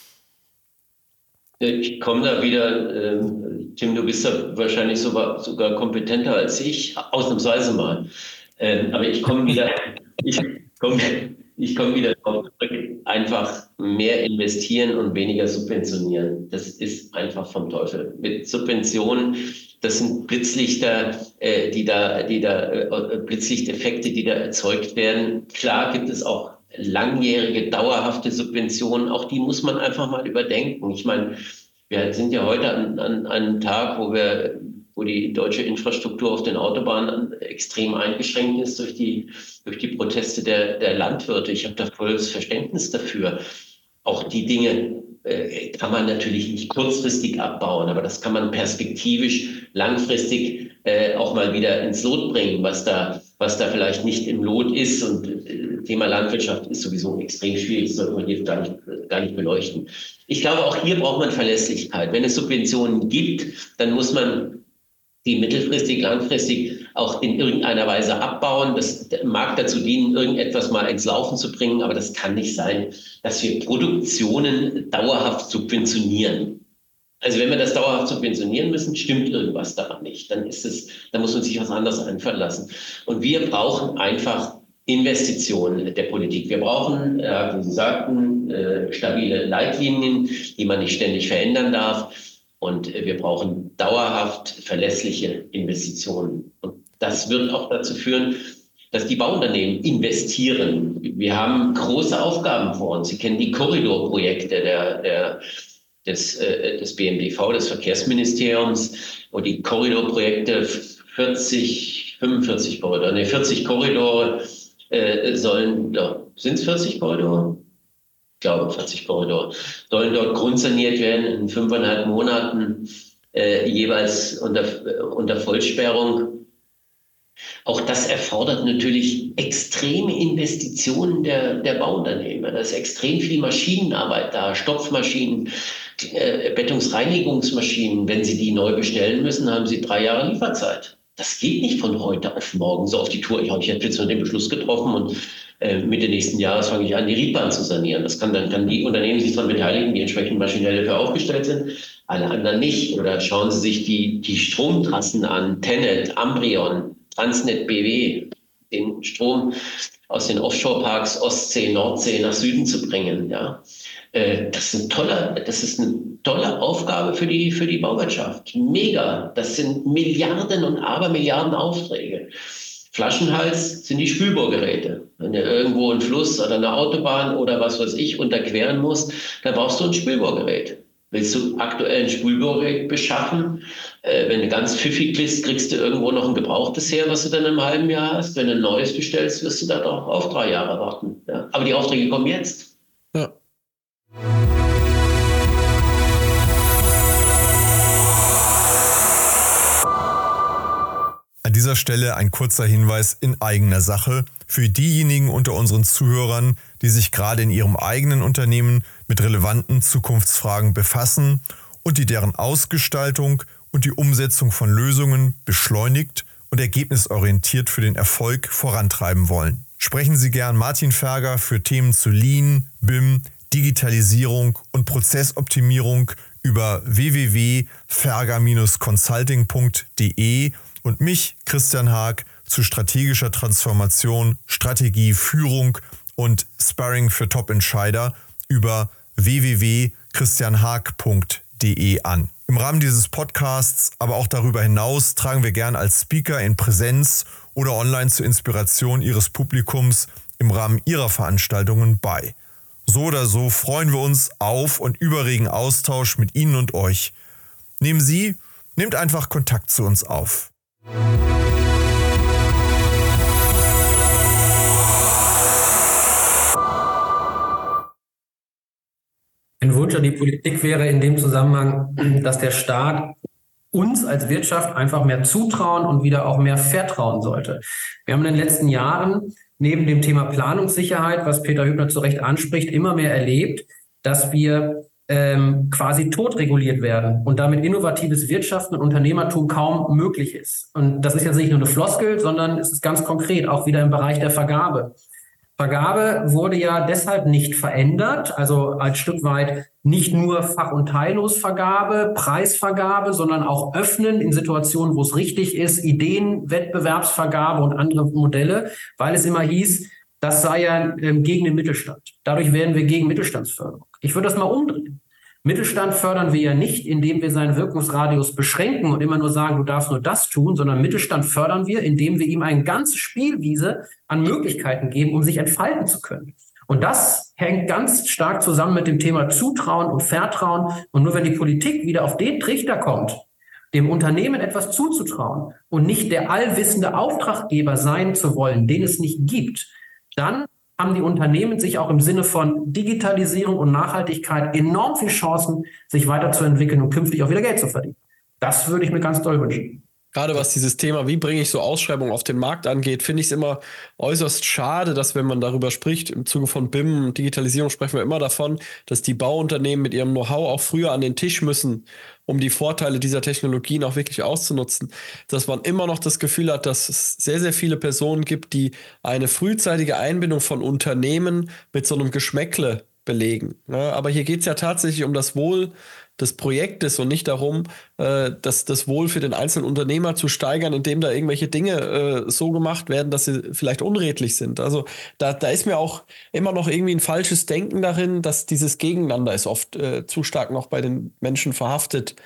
Ich komme da wieder, Tim, du bist da wahrscheinlich sogar kompetenter als ich, ausnahmsweise mal. Aber ich komme wieder drauf zurück, einfach mehr investieren und weniger subventionieren. Das ist einfach vom Teufel. Mit Subventionen, das sind Blitzlichter, Blitzlichteffekte, die da erzeugt werden. Klar gibt es auch langjährige, dauerhafte Subventionen, auch die muss man einfach mal überdenken. Ich meine, wir sind ja heute an einem Tag, wo die deutsche Infrastruktur auf den Autobahnen extrem eingeschränkt ist durch die Proteste der Landwirte. Ich habe da volles Verständnis dafür. Auch die Dinge kann man natürlich nicht kurzfristig abbauen, aber das kann man perspektivisch langfristig auch mal wieder ins Lot bringen, was da vielleicht nicht im Lot ist. Und Thema Landwirtschaft ist sowieso extrem schwierig, das sollte man hier gar nicht beleuchten. Ich glaube, auch hier braucht man Verlässlichkeit. Wenn es Subventionen gibt, dann muss man die mittelfristig, langfristig auch in irgendeiner Weise abbauen. Das mag dazu dienen, irgendetwas mal ins Laufen zu bringen, aber das kann nicht sein, dass wir Produktionen dauerhaft subventionieren. Also wenn wir das dauerhaft subventionieren müssen, stimmt irgendwas daran nicht. Dann muss man sich was anderes einfallen lassen. Und wir brauchen einfach Investitionen der Politik. Wir brauchen, wie Sie sagten, stabile Leitlinien, die man nicht ständig verändern darf. Und wir brauchen dauerhaft verlässliche Investitionen. Und das wird auch dazu führen, dass die Bauunternehmen investieren. Wir haben große Aufgaben vor uns. Sie kennen die Korridorprojekte des BMWV, des Verkehrsministeriums, wo die Korridorprojekte 40 Korridore sollen, sind es 40 Korridore? Ich glaube, 40 Korridore sollen dort grundsaniert werden in 5,5 Monaten, jeweils unter Vollsperrung. Auch das erfordert natürlich extreme Investitionen der Bauunternehmer. Da ist extrem viel Maschinenarbeit da, Stopfmaschinen, Bettungsreinigungsmaschinen. Wenn Sie die neu bestellen müssen, haben Sie 3 Jahre Lieferzeit. Das geht nicht von heute auf morgen so auf die Tour. Ich habe jetzt den Beschluss getroffen und Mitte nächsten Jahres fange ich an, die Riedbahn zu sanieren. Dann kann die Unternehmen sich daran beteiligen, die entsprechend maschinell dafür aufgestellt sind, alle anderen nicht. Oder schauen Sie sich die Stromtrassen an, TenneT, Amprion, Transnet BW, den Strom aus den Offshore-Parks Ostsee, Nordsee nach Süden zu bringen. Ja. Das ist eine tolle Aufgabe für die Bauwirtschaft. Mega. Das sind Milliarden und Abermilliarden Aufträge. Flaschenhals sind die Spülbohrgeräte. Wenn du irgendwo einen Fluss oder eine Autobahn oder was weiß ich unterqueren musst, dann brauchst du ein Spülbohrgerät. Willst du aktuell ein Spülbohrgerät beschaffen? Wenn du ganz pfiffig bist, kriegst du irgendwo noch ein gebrauchtes her, was du dann im halben Jahr hast. Wenn du ein neues bestellst, wirst du dann auch auf 3 Jahre warten. Ja. Aber die Aufträge kommen jetzt. Ja. An dieser Stelle ein kurzer Hinweis in eigener Sache für diejenigen unter unseren Zuhörern, die sich gerade in ihrem eigenen Unternehmen mit relevanten Zukunftsfragen befassen und die deren Ausgestaltung und die Umsetzung von Lösungen beschleunigt und ergebnisorientiert für den Erfolg vorantreiben wollen. Sprechen Sie gern Martin Ferger für Themen zu Lean, BIM, Digitalisierung und Prozessoptimierung über www.ferger-consulting.de und mich, Christian Haag, zu strategischer Transformation, Strategie, Führung und Sparring für Top-Entscheider über www.christianhaag.de an. Im Rahmen dieses Podcasts, aber auch darüber hinaus, tragen wir gern als Speaker in Präsenz oder online zur Inspiration Ihres Publikums im Rahmen Ihrer Veranstaltungen bei. So oder so freuen wir uns auf und über regen Austausch mit Ihnen und euch. Nehmt einfach Kontakt zu uns auf. Ein Wunsch an die Politik wäre in dem Zusammenhang, dass der Staat uns als Wirtschaft einfach mehr zutrauen und wieder auch mehr vertrauen sollte. Wir haben in den letzten Jahren neben dem Thema Planungssicherheit, was Peter Hübner zu Recht anspricht, immer mehr erlebt, dass wir quasi totreguliert werden und damit innovatives Wirtschaften und Unternehmertum kaum möglich ist. Und das ist jetzt nicht nur eine Floskel, sondern es ist ganz konkret, auch wieder im Bereich der Vergabe. Vergabe wurde ja deshalb nicht verändert, also ein Stück weit nicht nur Fach- und Teillosvergabe, Preisvergabe, sondern auch öffnen in Situationen, wo es richtig ist, Ideenwettbewerbsvergabe und andere Modelle, weil es immer hieß, das sei ja gegen den Mittelstand. Dadurch werden wir gegen Mittelstandsförderung. Ich würde das mal umdrehen. Mittelstand fördern wir ja nicht, indem wir seinen Wirkungsradius beschränken und immer nur sagen, du darfst nur das tun, sondern Mittelstand fördern wir, indem wir ihm eine ganze Spielwiese an Möglichkeiten geben, um sich entfalten zu können. Und das hängt ganz stark zusammen mit dem Thema Zutrauen und Vertrauen. Und nur wenn die Politik wieder auf den Trichter kommt, dem Unternehmen etwas zuzutrauen und nicht der allwissende Auftraggeber sein zu wollen, den es nicht gibt, dann haben die Unternehmen sich auch im Sinne von Digitalisierung und Nachhaltigkeit enorm viele Chancen, sich weiterzuentwickeln und künftig auch wieder Geld zu verdienen. Das würde ich mir ganz doll wünschen. Gerade was dieses Thema, wie bringe ich so Ausschreibungen auf den Markt angeht, finde ich es immer äußerst schade, dass wenn man darüber spricht, im Zuge von BIM und Digitalisierung sprechen wir immer davon, dass die Bauunternehmen mit ihrem Know-how auch früher an den Tisch müssen, um die Vorteile dieser Technologien auch wirklich auszunutzen. Dass man immer noch das Gefühl hat, dass es sehr, sehr viele Personen gibt, die eine frühzeitige Einbindung von Unternehmen mit so einem Geschmäckle belegen. Ja, aber hier geht es ja tatsächlich um das Wohl des Projektes und nicht darum, das Wohl für den einzelnen Unternehmer zu steigern, indem da irgendwelche Dinge so gemacht werden, dass sie vielleicht unredlich sind. Also da ist mir auch immer noch irgendwie ein falsches Denken darin, dass dieses Gegeneinander ist oft zu stark noch bei den Menschen verhaftet.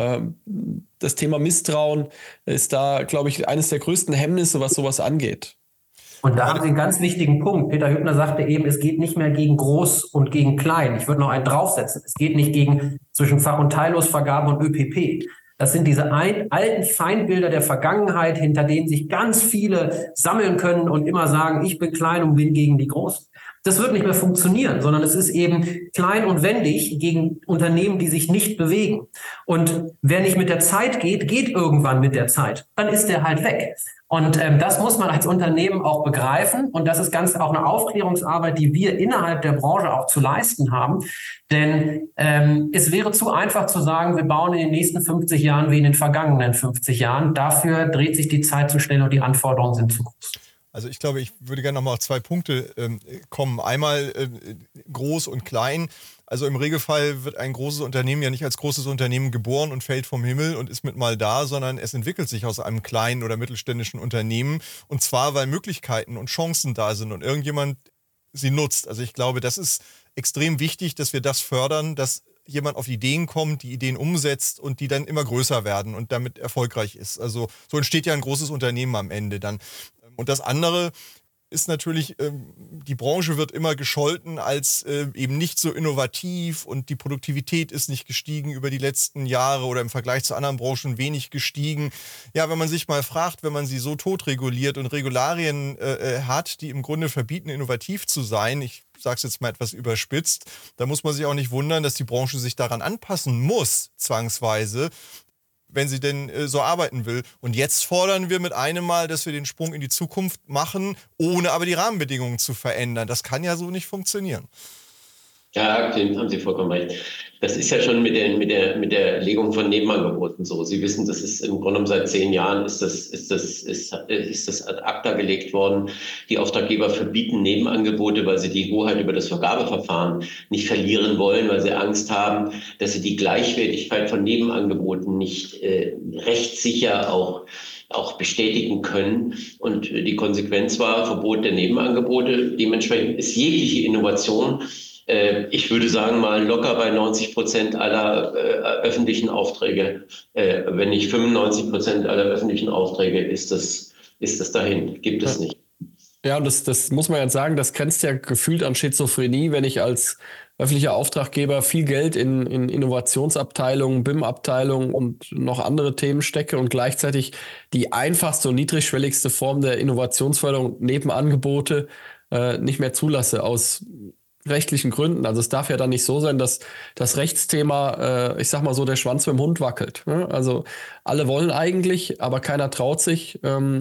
Das Thema Misstrauen ist da, glaube ich, eines der größten Hemmnisse, was sowas angeht. Und da haben Sie einen ganz wichtigen Punkt. Peter Hübner sagte eben, es geht nicht mehr gegen Groß und gegen Klein. Ich würde noch einen draufsetzen. Es geht nicht gegen zwischen Fach- und Teillosvergabe und ÖPP. Das sind diese alten Feindbilder der Vergangenheit, hinter denen sich ganz viele sammeln können und immer sagen, ich bin klein und bin gegen die Großen. Das wird nicht mehr funktionieren, sondern es ist eben klein und wendig gegen Unternehmen, die sich nicht bewegen. Und wer nicht mit der Zeit geht, geht irgendwann mit der Zeit. Dann ist der halt weg. Und das muss man als Unternehmen auch begreifen. Und das ist ganz auch eine Aufklärungsarbeit, die wir innerhalb der Branche auch zu leisten haben. Denn es wäre zu einfach zu sagen, wir bauen in den nächsten 50 Jahren wie in den vergangenen 50 Jahren. Dafür dreht sich die Zeit zu schnell und die Anforderungen sind zu groß. Also ich glaube, ich würde gerne nochmal auf 2 Punkte kommen. Einmal groß und klein. Also im Regelfall wird ein großes Unternehmen ja nicht als großes Unternehmen geboren und fällt vom Himmel und ist mit mal da, sondern es entwickelt sich aus einem kleinen oder mittelständischen Unternehmen. Und zwar, weil Möglichkeiten und Chancen da sind und irgendjemand sie nutzt. Also ich glaube, das ist extrem wichtig, dass wir das fördern, dass jemand auf Ideen kommt, die Ideen umsetzt und die dann immer größer werden und damit erfolgreich ist. Also so entsteht ja ein großes Unternehmen am Ende dann. Und das andere ist natürlich, die Branche wird immer gescholten als eben nicht so innovativ und die Produktivität ist nicht gestiegen über die letzten Jahre oder im Vergleich zu anderen Branchen wenig gestiegen. Ja, wenn man sich mal fragt, wenn man sie so tot reguliert und Regularien hat, die im Grunde verbieten, innovativ zu sein, ich sage es jetzt mal etwas überspitzt, da muss man sich auch nicht wundern, dass die Branche sich daran anpassen muss, zwangsweise, wenn sie denn so arbeiten will. Und jetzt fordern wir mit einem Mal, dass wir den Sprung in die Zukunft machen, ohne aber die Rahmenbedingungen zu verändern. Das kann ja so nicht funktionieren. Ja, haben Sie vollkommen recht. Das ist ja schon mit der Legung von Nebenangeboten so. Sie wissen, das ist im Grunde genommen seit 10 Jahren ist das ad acta gelegt worden. Die Auftraggeber verbieten Nebenangebote, weil sie die Hoheit über das Vergabeverfahren nicht verlieren wollen, weil sie Angst haben, dass sie die Gleichwertigkeit von Nebenangeboten nicht rechtssicher auch bestätigen können. Und die Konsequenz war Verbot der Nebenangebote. Dementsprechend ist jegliche Innovation, ich würde sagen, mal locker bei 90% aller öffentlichen Aufträge, wenn nicht 95% aller öffentlichen Aufträge, ist das dahin, gibt es nicht. Ja, und das muss man jetzt sagen, das grenzt ja gefühlt an Schizophrenie, wenn ich als öffentlicher Auftraggeber viel Geld in Innovationsabteilungen, BIM-Abteilungen und noch andere Themen stecke und gleichzeitig die einfachste und niedrigschwelligste Form der Innovationsförderung, Nebenangebote, nicht mehr zulasse aus rechtlichen Gründen. Also es darf ja dann nicht so sein, dass das Rechtsthema, ich sag mal so, der Schwanz mit dem Hund wackelt. Ne? Also alle wollen eigentlich, aber keiner traut sich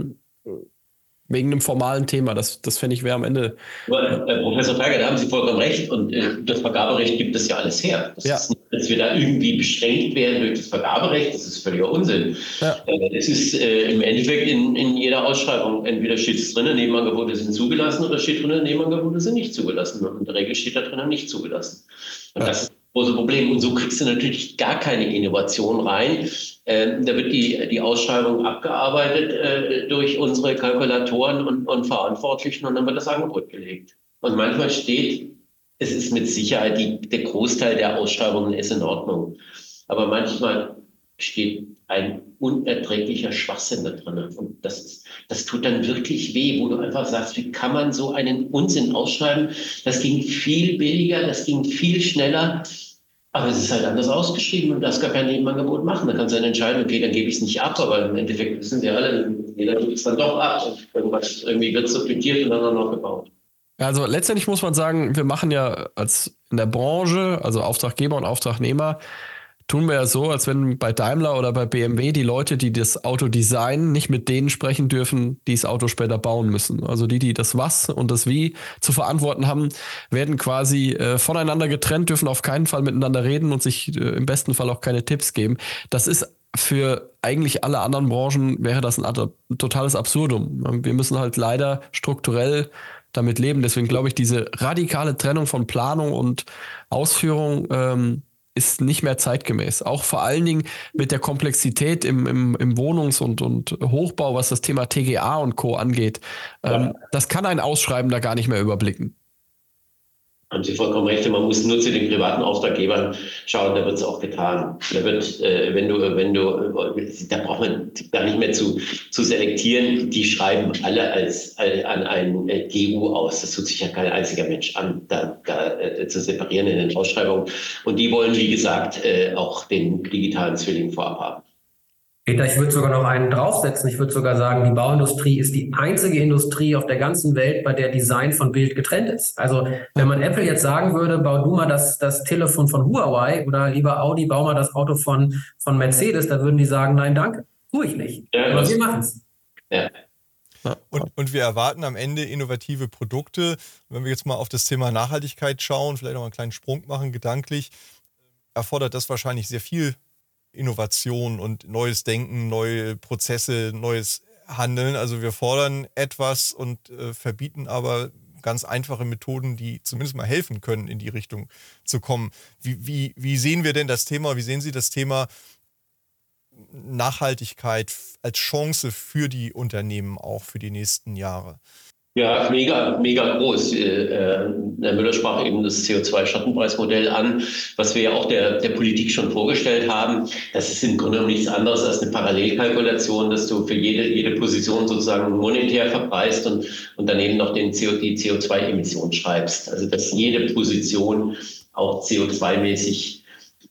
wegen einem formalen Thema. Das fände ich wäre am Ende. Aber, Professor Ferger, da haben Sie vollkommen recht. Und das Vergaberecht gibt es ja alles her. Das ist nicht, dass wir da irgendwie beschränkt werden durch das Vergaberecht. Das ist völliger Unsinn. Ja. Es ist im Endeffekt in jeder Ausschreibung, entweder steht es drin, Nebenangebote sind zugelassen, oder steht drin, Nebenangebote sind nicht zugelassen. Und in der Regel steht da drin, nicht zugelassen. Und das ist das große Problem. Und so kriegst du natürlich gar keine Innovation rein. Da wird die Ausschreibung abgearbeitet durch unsere Kalkulatoren und Verantwortlichen und dann wird das Angebot gelegt. Und manchmal steht, es ist mit Sicherheit, der Großteil der Ausschreibungen ist in Ordnung. Aber manchmal steht ein unerträglicher Schwachsinn da drin. Und das tut dann wirklich weh, wo du einfach sagst, wie kann man so einen Unsinn ausschreiben? Das ging viel billiger, das ging viel schneller. Aber es ist halt anders ausgeschrieben und darfst gar kein Nebenangebot machen. Da kannst du dann entscheiden, okay, dann gebe ich es nicht ab, aber im Endeffekt wissen sie alle, jeder gibt es dann doch ab. Und irgendwie wird es subventioniert und dann noch gebaut. Also letztendlich muss man sagen, wir machen ja als in der Branche, also Auftraggeber und Auftragnehmer, tun wir ja so, als wenn bei Daimler oder bei BMW die Leute, die das Auto designen, nicht mit denen sprechen dürfen, die das Auto später bauen müssen. Also die das Was und das Wie zu verantworten haben, werden quasi voneinander getrennt, dürfen auf keinen Fall miteinander reden und sich im besten Fall auch keine Tipps geben. Das ist für eigentlich alle anderen Branchen, wäre das ein totales Absurdum. Wir müssen halt leider strukturell damit leben. Deswegen glaube ich, diese radikale Trennung von Planung und Ausführung ist nicht mehr zeitgemäß. Auch vor allen Dingen mit der Komplexität im Wohnungs- und Hochbau, was das Thema TGA und Co. angeht. Das kann ein Ausschreibender gar nicht mehr überblicken. Haben Sie vollkommen recht. Man muss nur zu den privaten Auftraggebern schauen, da wird es auch getan. Da wird, da braucht man gar nicht mehr zu selektieren. Die schreiben alle an ein GU aus. Das tut sich ja kein einziger Mensch an, da zu separieren in den Ausschreibungen. Und die wollen, wie gesagt, auch den digitalen Zwilling vorab haben. Peter, ich würde sogar noch einen draufsetzen. Ich würde sogar sagen, die Bauindustrie ist die einzige Industrie auf der ganzen Welt, bei der Design von Bild getrennt ist. Also wenn man Apple jetzt sagen würde, bau du mal das Telefon von Huawei oder lieber Audi, bau mal das Auto von Mercedes, da würden die sagen, nein, danke, tue ich nicht. Ja, aber wir machen es. Ja. Und wir erwarten am Ende innovative Produkte. Wenn wir jetzt mal auf das Thema Nachhaltigkeit schauen, vielleicht noch einen kleinen Sprung machen, gedanklich, erfordert das wahrscheinlich sehr viel Innovation und neues Denken, neue Prozesse, neues handeln. Also wir fordern etwas und verbieten aber ganz einfache Methoden, die zumindest mal helfen können, in die Richtung zu kommen. Wie sehen wir denn das Thema, wie sehen Sie das Thema Nachhaltigkeit als Chance für die Unternehmen auch für die nächsten Jahre? Ja, mega, mega groß. Herr Müller sprach eben das CO2-Schattenpreismodell an, was wir ja auch der Politik schon vorgestellt haben. Das ist im Grunde genommen nichts anderes als eine Parallelkalkulation, dass du für jede Position sozusagen monetär verpreist und daneben noch die CO2-Emission schreibst. Also dass jede Position auch CO2-mäßig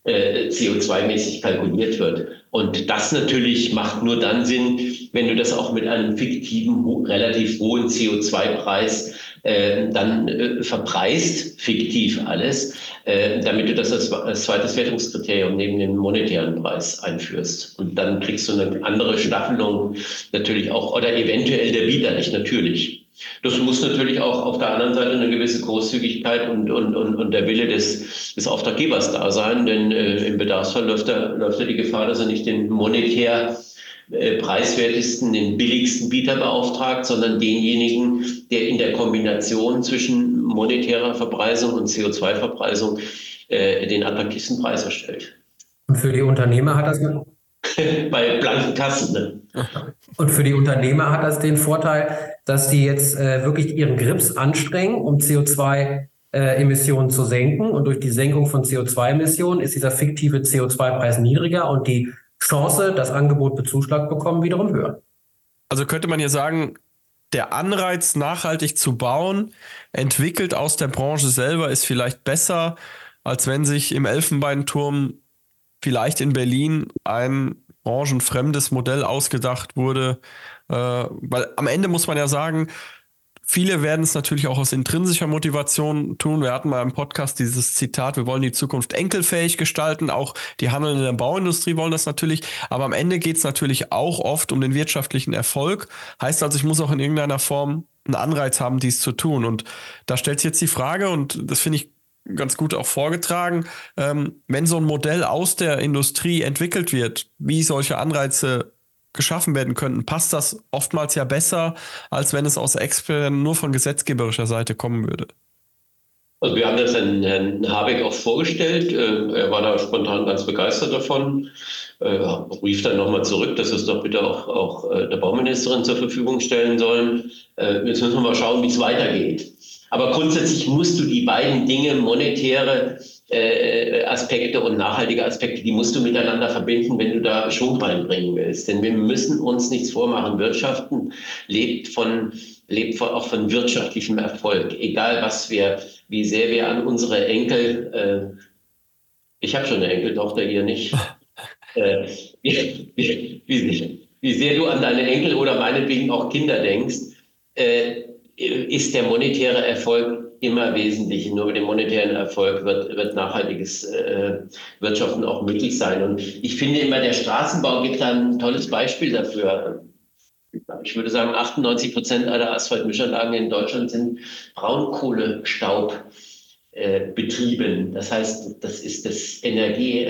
kalkuliert wird. Und das natürlich macht nur dann Sinn, wenn du das auch mit einem fiktiven, relativ hohen CO2-Preis dann verpreist, fiktiv alles, damit du das als zweites Wertungskriterium neben dem monetären Preis einführst. Und dann kriegst du eine andere Staffelung natürlich auch, oder eventuell der Bieter nicht, natürlich. Das muss natürlich auch auf der anderen Seite eine gewisse Großzügigkeit und der Wille des Auftraggebers da sein, denn im Bedarfsfall läuft da die Gefahr, dass er nicht den monetär preiswertesten, den billigsten Bieter beauftragt, sondern denjenigen, der in der Kombination zwischen monetärer Verpreisung und CO2-Verpreisung den attraktivsten Preis erstellt. Und für die Unternehmer hat das bei blanken Kassen. Ne? Und für die Unternehmer hat das den Vorteil, dass die jetzt wirklich ihren Grips anstrengen, um CO2-Emissionen zu senken. Und durch die Senkung von CO2-Emissionen ist dieser fiktive CO2-Preis niedriger und die Chance, das Angebot bezuschlagt bekommen, wiederum höher. Also könnte man hier sagen, der Anreiz, nachhaltig zu bauen, entwickelt aus der Branche selber, ist vielleicht besser, als wenn sich im Elfenbeinturm vielleicht in Berlin ein branchenfremdes Modell ausgedacht wurde. Weil am Ende muss man ja sagen, viele werden es natürlich auch aus intrinsischer Motivation tun. Wir hatten mal im Podcast dieses Zitat, wir wollen die Zukunft enkelfähig gestalten. Auch die Handelnden in der Bauindustrie wollen das natürlich. Aber am Ende geht es natürlich auch oft um den wirtschaftlichen Erfolg. Heißt also, ich muss auch in irgendeiner Form einen Anreiz haben, dies zu tun. Und da stellt sich jetzt die Frage, und das finde ich ganz gut auch vorgetragen, wenn so ein Modell aus der Industrie entwickelt wird, wie solche Anreize geschaffen werden könnten, passt das oftmals ja besser, als wenn es aus extern nur von gesetzgeberischer Seite kommen würde. Also wir haben das Herrn Habeck auch vorgestellt. Er war da spontan ganz begeistert davon. Rief dann nochmal zurück, dass wir es doch bitte auch der Bauministerin zur Verfügung stellen sollen. Jetzt müssen wir mal schauen, wie es weitergeht. Aber grundsätzlich musst du die beiden Dinge, monetäre Aspekte und nachhaltige Aspekte, die musst du miteinander verbinden, wenn du da Schwung reinbringen willst. Denn wir müssen uns nichts vormachen. Wirtschaften lebt auch von wirtschaftlichem Erfolg. Egal wie sehr wir an unsere Enkel, ich habe schon eine Enkeltochter, ihr nicht, wie sehr du an deine Enkel oder meinetwegen auch Kinder denkst, ist der monetäre Erfolg immer wesentlich. Nur mit dem monetären Erfolg wird nachhaltiges Wirtschaften auch möglich sein. Und ich finde immer, der Straßenbau gibt da ein tolles Beispiel dafür. Ich würde sagen, 98% aller Asphaltmischanlagen in Deutschland sind Braunkohlestaub betrieben. Das heißt, das ist das Energie,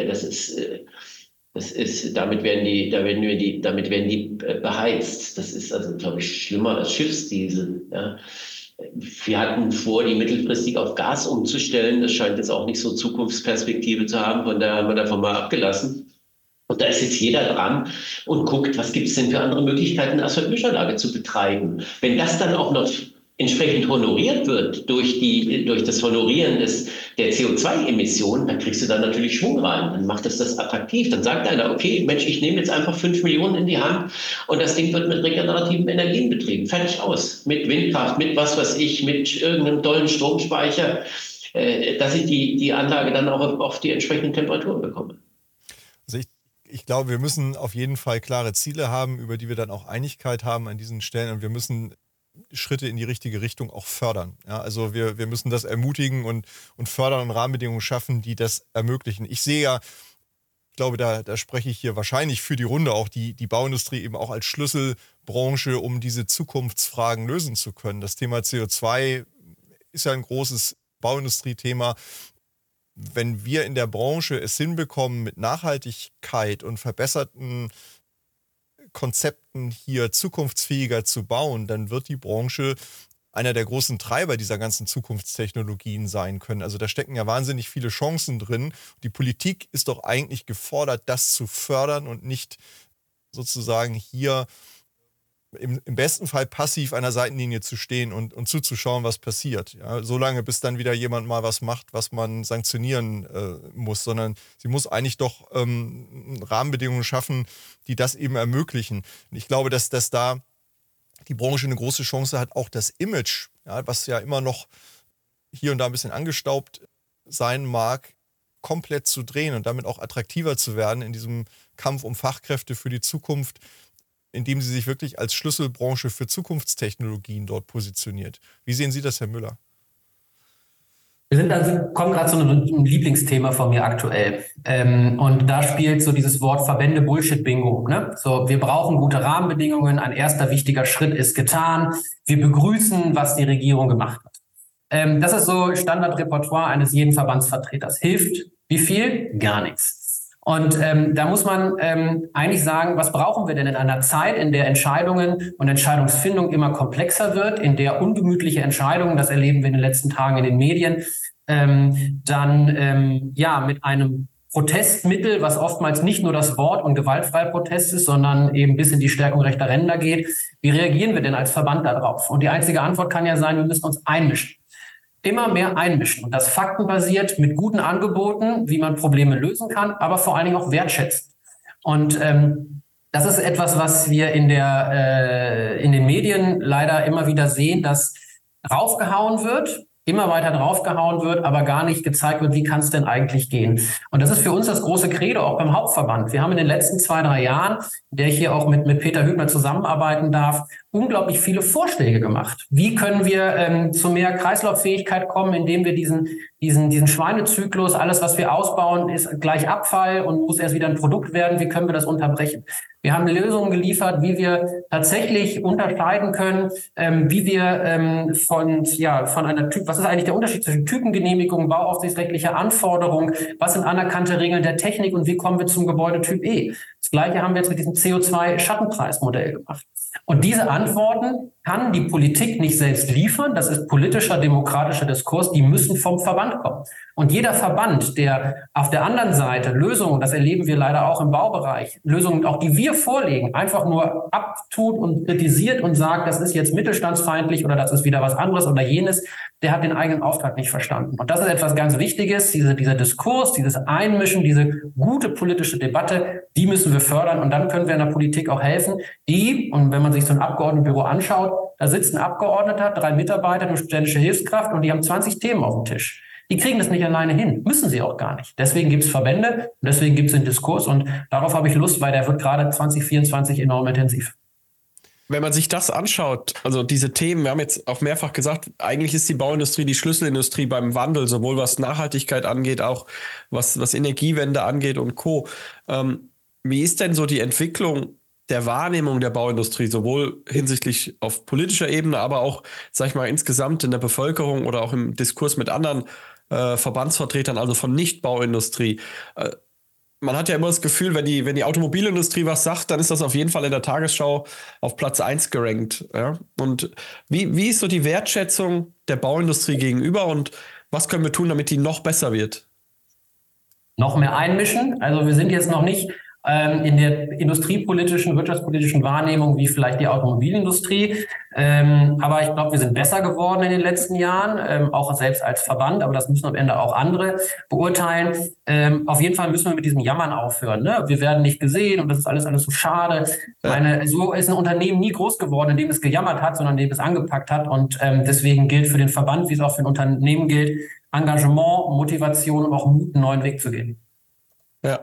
damit werden die beheizt. Das ist also, glaube ich, schlimmer als Schiffsdiesel. Ja. Wir hatten vor, die mittelfristig auf Gas umzustellen. Das scheint jetzt auch nicht so Zukunftsperspektive zu haben. Von daher haben wir davon mal abgelassen. Und da ist jetzt jeder dran und guckt, was gibt es denn für andere Möglichkeiten, eine Asphaltmischanlage zu betreiben. Wenn das dann auch noch entsprechend honoriert wird durch das Honorieren der CO2-Emissionen, dann kriegst du da natürlich Schwung rein. Dann macht das attraktiv. Dann sagt einer, okay, Mensch, ich nehme jetzt einfach 5 Millionen in die Hand und das Ding wird mit regenerativen Energien betrieben. Fertig aus. Mit Windkraft, mit was weiß ich, mit irgendeinem tollen Stromspeicher, dass ich die Anlage dann auch auf die entsprechenden Temperaturen bekomme. Also ich glaube, wir müssen auf jeden Fall klare Ziele haben, über die wir dann auch Einigkeit haben an diesen Stellen, und wir müssen Schritte in die richtige Richtung auch fördern. Ja, also wir müssen das ermutigen und fördern und Rahmenbedingungen schaffen, die das ermöglichen. Ich sehe ja, ich glaube, da spreche ich hier wahrscheinlich für die Runde auch die Bauindustrie eben auch als Schlüsselbranche, um diese Zukunftsfragen lösen zu können. Das Thema CO2 ist ja ein großes Bauindustriethema. Wenn wir in der Branche es hinbekommen, mit Nachhaltigkeit und verbesserten Konzepten hier zukunftsfähiger zu bauen, dann wird die Branche einer der großen Treiber dieser ganzen Zukunftstechnologien sein können. Also da stecken ja wahnsinnig viele Chancen drin. Die Politik ist doch eigentlich gefordert, das zu fördern und nicht sozusagen hier im besten Fall passiv an der Seitenlinie zu stehen und zuzuschauen, was passiert. Ja, solange bis dann wieder jemand mal was macht, was man sanktionieren muss, sondern sie muss eigentlich doch Rahmenbedingungen schaffen, die das eben ermöglichen. Und ich glaube, dass da die Branche eine große Chance hat, auch das Image, ja, was ja immer noch hier und da ein bisschen angestaubt sein mag, komplett zu drehen und damit auch attraktiver zu werden in diesem Kampf um Fachkräfte für die Zukunft, indem sie sich wirklich als Schlüsselbranche für Zukunftstechnologien dort positioniert. Wie sehen Sie das, Herr Müller? Kommen gerade zu einem Lieblingsthema von mir aktuell. Und da spielt so dieses Wort Verbände Bullshit-Bingo. Ne? So, wir brauchen gute Rahmenbedingungen. Ein erster wichtiger Schritt ist getan. Wir begrüßen, was die Regierung gemacht hat. Das ist so Standardrepertoire eines jeden Verbandsvertreters. Hilft wie viel? Gar nichts. Und da muss man eigentlich sagen, was brauchen wir denn in einer Zeit, in der Entscheidungen und Entscheidungsfindung immer komplexer wird, in der ungemütliche Entscheidungen, das erleben wir in den letzten Tagen in den Medien, mit einem Protestmittel, was oftmals nicht nur das Wort und gewaltfreier Protest ist, sondern eben bis in die Stärkung rechter Ränder geht. Wie reagieren wir denn als Verband darauf? Und die einzige Antwort kann ja sein, wir müssen uns einmischen. Immer mehr einmischen und das faktenbasiert mit guten Angeboten, wie man Probleme lösen kann, aber vor allen Dingen auch wertschätzen. Und das ist etwas, was wir in den Medien leider immer wieder sehen, dass draufgehauen wird, immer weiter draufgehauen wird, aber gar nicht gezeigt wird, wie kann es denn eigentlich gehen. Und das ist für uns das große Credo, auch beim Hauptverband. Wir haben in den letzten 2-3 Jahren, in der ich hier auch mit Peter Hübner zusammenarbeiten darf, unglaublich viele Vorschläge gemacht. Wie können wir zu mehr Kreislauffähigkeit kommen, indem wir diesen Schweinezyklus, alles, was wir ausbauen, ist gleich Abfall und muss erst wieder ein Produkt werden. Wie können wir das unterbrechen? Wir haben Lösungen geliefert, wie wir tatsächlich unterscheiden können, wie wir von einer was ist eigentlich der Unterschied zwischen Typengenehmigung, bauaufsichtsrechtlicher Anforderung, was sind anerkannte Regeln der Technik und wie kommen wir zum Gebäudetyp E? Das Gleiche haben wir jetzt mit diesem CO2-Schattenpreismodell gemacht. Und diese Antworten kann die Politik nicht selbst liefern. Das ist politischer, demokratischer Diskurs. Die müssen vom Verband kommen. Und jeder Verband, der auf der anderen Seite Lösungen, das erleben wir leider auch im Baubereich, Lösungen, auch die wir vorlegen, einfach nur abtut und kritisiert und sagt, das ist jetzt mittelstandsfeindlich oder das ist wieder was anderes oder jenes, der hat den eigenen Auftrag nicht verstanden. Und das ist etwas ganz Wichtiges, dieser Diskurs, dieses Einmischen, diese gute politische Debatte, die müssen wir fördern und dann können wir in der Politik auch helfen. Und wenn man sich so ein Abgeordnetenbüro anschaut, da sitzt ein Abgeordneter, 3 Mitarbeiter, eine studentische Hilfskraft und die haben 20 Themen auf dem Tisch. Die kriegen das nicht alleine hin, müssen sie auch gar nicht. Deswegen gibt es Verbände und deswegen gibt es den Diskurs und darauf habe ich Lust, weil der wird gerade 2024 enorm intensiv. Wenn man sich das anschaut, also diese Themen, wir haben jetzt auch mehrfach gesagt, eigentlich ist die Bauindustrie die Schlüsselindustrie beim Wandel, sowohl was Nachhaltigkeit angeht, auch was Energiewende angeht und Co. Wie ist denn so die Entwicklung der Wahrnehmung der Bauindustrie, sowohl hinsichtlich auf politischer Ebene, aber auch, sag ich mal, insgesamt in der Bevölkerung oder auch im Diskurs mit anderen Verbandsvertretern, also von Nicht-Bauindustrie? Man hat ja immer das Gefühl, wenn die Automobilindustrie was sagt, dann ist das auf jeden Fall in der Tagesschau auf Platz 1 gerankt. Ja? Und wie ist so die Wertschätzung der Bauindustrie gegenüber und was können wir tun, damit die noch besser wird? Noch mehr einmischen. Also wir sind jetzt noch nicht in der industriepolitischen, wirtschaftspolitischen Wahrnehmung wie vielleicht die Automobilindustrie. Aber ich glaube, wir sind besser geworden in den letzten Jahren, auch selbst als Verband, aber das müssen am Ende auch andere beurteilen. Auf jeden Fall müssen wir mit diesem Jammern aufhören. Ne? Wir werden nicht gesehen und das ist alles so schade. So ist ein Unternehmen nie groß geworden, in dem es gejammert hat, sondern in dem es angepackt hat. Und deswegen gilt für den Verband, wie es auch für ein Unternehmen gilt, Engagement, Motivation und auch Mut, einen neuen Weg zu gehen. Ja.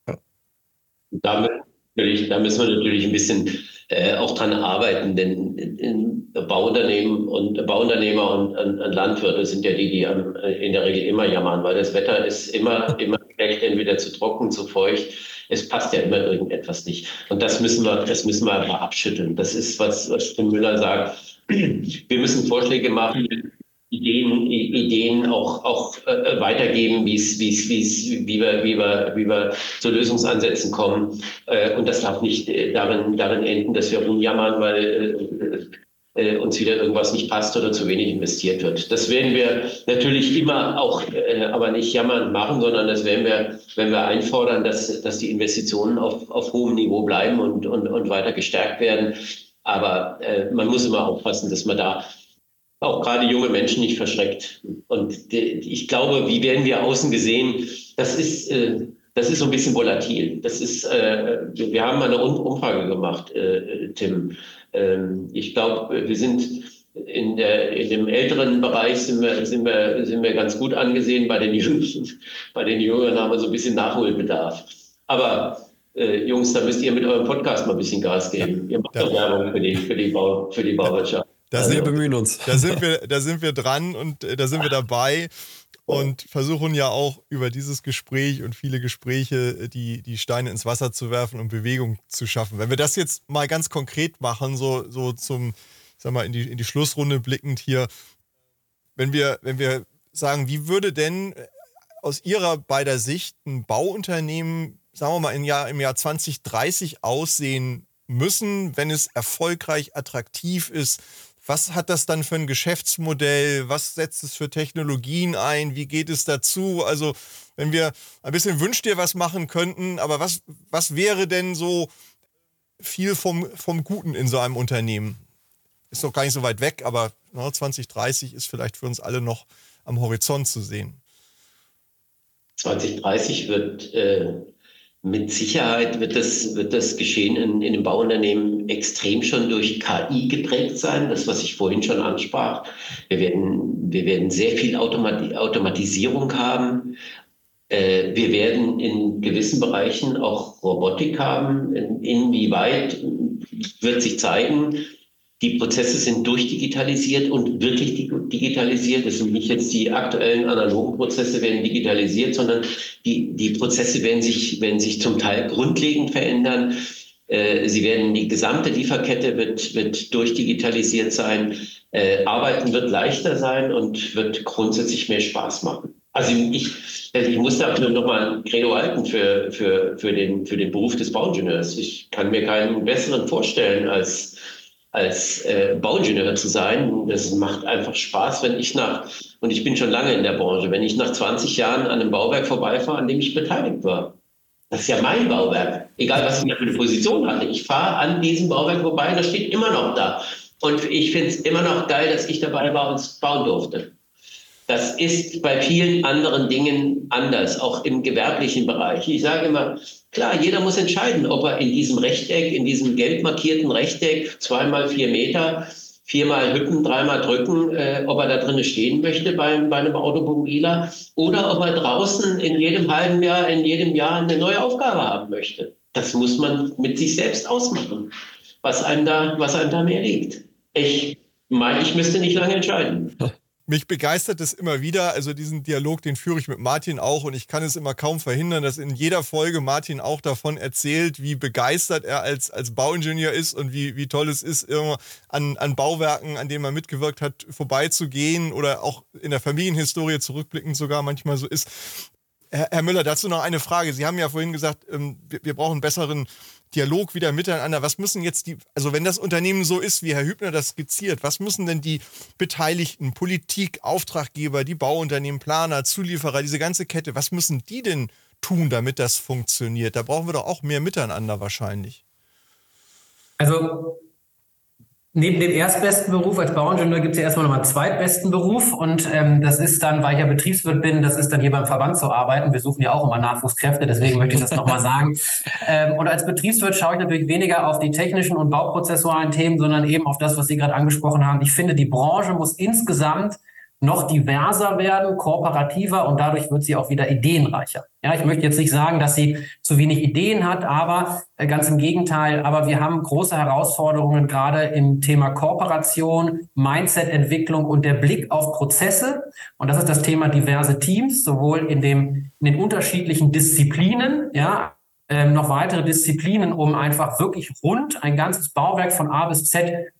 Da müssen wir natürlich ein bisschen auch dran arbeiten, denn Bauunternehmer und Landwirte sind ja die in der Regel immer jammern, weil das Wetter ist immer schlecht, entweder zu trocken, zu feucht. Es passt ja immer irgendetwas nicht. Und das müssen wir einfach abschütteln. Das ist, was Tim Müller sagt. Wir müssen Vorschläge machen, Ideen auch weitergeben, wie wir zu Lösungsansätzen kommen. Und das darf nicht darin enden, dass wir rumjammern, weil uns wieder irgendwas nicht passt oder zu wenig investiert wird. Das werden wir natürlich immer auch, aber nicht jammernd machen, sondern das werden wir, wenn wir einfordern, dass die Investitionen auf hohem Niveau bleiben und weiter gestärkt werden. Aber man muss immer aufpassen, dass man da auch gerade junge Menschen nicht verschreckt. Und ich glaube, wie werden wir außen gesehen, das ist so ein bisschen volatil. Wir haben mal eine Umfrage gemacht, Tim. Ich glaube, wir sind in dem älteren Bereich sind wir ganz gut angesehen. Bei den Jüngeren haben wir so ein bisschen Nachholbedarf. Aber Jungs, da müsst ihr mit eurem Podcast mal ein bisschen Gas geben. Ihr macht doch Werbung für die Bauwirtschaft. Wir bemühen uns. Da sind wir dran und da sind wir dabei und versuchen ja auch über dieses Gespräch und viele Gespräche die Steine ins Wasser zu werfen und Bewegung zu schaffen. Wenn wir das jetzt mal ganz konkret machen, so zum, sag mal, in die Schlussrunde blickend hier, wenn wir sagen, wie würde denn aus Ihrer beider Sicht ein Bauunternehmen, sagen wir mal, im Jahr 2030 aussehen müssen, wenn es erfolgreich, attraktiv ist? Was hat das dann für ein Geschäftsmodell? Was setzt es für Technologien ein? Wie geht es dazu? Also, wenn wir ein bisschen Wünsch dir was machen könnten, aber was wäre denn so viel vom Guten in so einem Unternehmen? Ist doch gar nicht so weit weg, aber 2030 ist vielleicht für uns alle noch am Horizont zu sehen. 2030 mit Sicherheit wird das Geschehen in den Bauunternehmen extrem schon durch KI geprägt sein. Das, was ich vorhin schon ansprach. Wir werden sehr viel Automatisierung haben. Wir werden in gewissen Bereichen auch Robotik haben. Inwieweit wird sich zeigen. Die Prozesse sind durchdigitalisiert und wirklich digitalisiert. Es sind nicht jetzt die aktuellen analogen Prozesse werden digitalisiert, sondern die Prozesse werden sich zum Teil grundlegend verändern. Die gesamte Lieferkette wird durchdigitalisiert sein. Arbeiten wird leichter sein und wird grundsätzlich mehr Spaß machen. Also ich muss da noch mal ein Credo halten für den Beruf des Bauingenieurs. Ich kann mir keinen besseren vorstellen als Bauingenieur zu sein. Das macht einfach Spaß, und ich bin schon lange in der Branche, wenn ich nach 20 Jahren an einem Bauwerk vorbeifahre, an dem ich beteiligt war. Das ist ja mein Bauwerk. Egal, was ich da für eine Position hatte. Ich fahre an diesem Bauwerk vorbei, das steht immer noch da. Und ich finde es immer noch geil, dass ich dabei war und es bauen durfte. Das ist bei vielen anderen Dingen anders, auch im gewerblichen Bereich. Ich sage immer, klar, jeder muss entscheiden, ob er in diesem Rechteck, in diesem gelb markierten Rechteck, 2x4 Meter, 4-mal hüppen, 3-mal drücken, ob er da drinnen stehen möchte bei einem Automobiler oder ob er draußen in jedem halben Jahr, in jedem Jahr eine neue Aufgabe haben möchte. Das muss man mit sich selbst ausmachen, was einem da mehr liegt. Ich meine, ich müsste nicht lange entscheiden. Mich begeistert es immer wieder, also diesen Dialog, den führe ich mit Martin auch und ich kann es immer kaum verhindern, dass in jeder Folge Martin auch davon erzählt, wie begeistert er als Bauingenieur ist und wie toll es ist, immer an Bauwerken, an denen man mitgewirkt hat, vorbeizugehen oder auch in der Familienhistorie zurückblickend sogar manchmal so ist. Herr Müller, dazu noch eine Frage. Sie haben ja vorhin gesagt, wir brauchen einen besseren Dialog wieder miteinander. Was müssen jetzt also wenn das Unternehmen so ist, wie Herr Hübner das skizziert, was müssen denn die Beteiligten, Politik, Auftraggeber, die Bauunternehmen, Planer, Zulieferer, diese ganze Kette, was müssen die denn tun, damit das funktioniert? Da brauchen wir doch auch mehr Miteinander wahrscheinlich. Also neben dem erstbesten Beruf als Bauingenieur gibt es ja erstmal noch mal einen zweitbesten Beruf und das ist dann, weil ich ja Betriebswirt bin, das ist dann hier beim Verband zu arbeiten. Wir suchen ja auch immer Nachwuchskräfte, deswegen möchte ich das nochmal sagen. Und als Betriebswirt schaue ich natürlich weniger auf die technischen und bauprozessualen Themen, sondern eben auf das, was Sie gerade angesprochen haben. Ich finde, die Branche muss insgesamt noch diverser werden, kooperativer und dadurch wird sie auch wieder ideenreicher. Ja, ich möchte jetzt nicht sagen, dass sie zu wenig Ideen hat, aber ganz im Gegenteil. Aber wir haben große Herausforderungen gerade im Thema Kooperation, Mindset-Entwicklung und der Blick auf Prozesse. Und das ist das Thema diverse Teams, sowohl in den unterschiedlichen Disziplinen, noch weitere Disziplinen, um einfach wirklich rund ein ganzes Bauwerk von A bis Z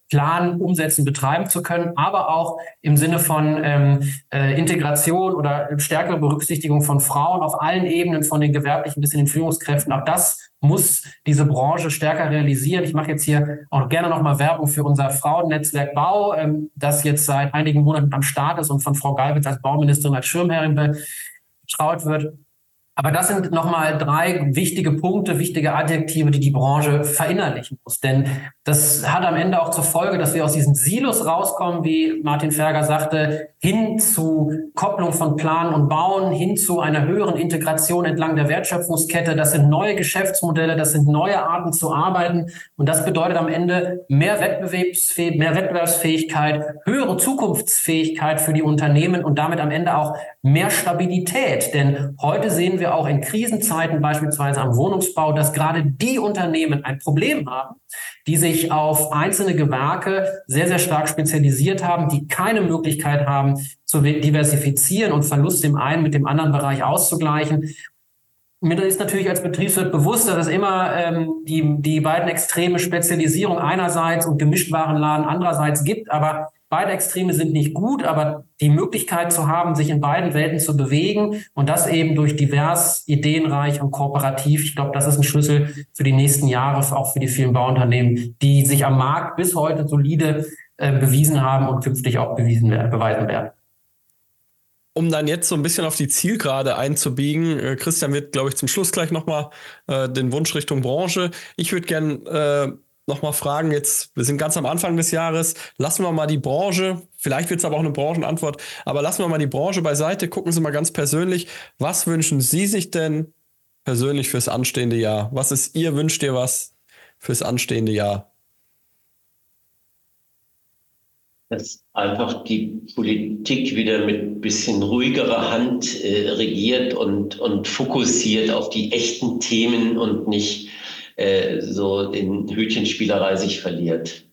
planen, umsetzen, betreiben zu können, aber auch im Sinne von Integration oder stärkere Berücksichtigung von Frauen auf allen Ebenen, von den Gewerblichen bis in den Führungskräften. Auch das muss diese Branche stärker realisieren. Ich mache jetzt hier auch gerne nochmal Werbung für unser Frauennetzwerk Bau, das jetzt seit einigen Monaten am Start ist und von Frau Geiwitz als Bauministerin, als Schirmherrin betraut wird. Aber das sind nochmal 3 wichtige Punkte, wichtige Adjektive, die die Branche verinnerlichen muss. Denn das hat am Ende auch zur Folge, dass wir aus diesen Silos rauskommen, wie Martin Verger sagte, hin zu Kopplung von Planen und Bauen, hin zu einer höheren Integration entlang der Wertschöpfungskette. Das sind neue Geschäftsmodelle, das sind neue Arten zu arbeiten. Und das bedeutet am Ende mehr Wettbewerbsfähigkeit, höhere Zukunftsfähigkeit für die Unternehmen und damit am Ende auch mehr Stabilität. Denn heute sehen wir auch in Krisenzeiten, beispielsweise am Wohnungsbau, dass gerade die Unternehmen ein Problem haben, die sich auf einzelne Gewerke sehr, sehr stark spezialisiert haben, die keine Möglichkeit haben, zu diversifizieren und Verluste im einen mit dem anderen Bereich auszugleichen. Mir ist natürlich als Betriebswirt bewusst, dass es immer die beiden Extreme Spezialisierung einerseits und Gemischtwarenladen andererseits gibt, aber beide Extreme sind nicht gut, aber die Möglichkeit zu haben, sich in beiden Welten zu bewegen und das eben durch divers, ideenreich und kooperativ, ich glaube, das ist ein Schlüssel für die nächsten Jahre, auch für die vielen Bauunternehmen, die sich am Markt bis heute solide bewiesen haben und künftig auch beweisen werden. Um dann jetzt so ein bisschen auf die Zielgerade einzubiegen, Christian wird, glaube ich, zum Schluss gleich nochmal den Wunsch Richtung Branche. Ich würde gerne nochmal fragen, jetzt, wir sind ganz am Anfang des Jahres, lassen wir mal die Branche, vielleicht wird es aber auch eine Branchenantwort, aber lassen wir mal die Branche beiseite, gucken Sie mal ganz persönlich, was wünschen Sie sich denn persönlich fürs anstehende Jahr? Was ist Ihr Wünsch dir was fürs anstehende Jahr? Dass einfach die Politik wieder mit ein bisschen ruhigerer Hand regiert und fokussiert auf die echten Themen und nicht so in Hütchenspielerei sich verliert.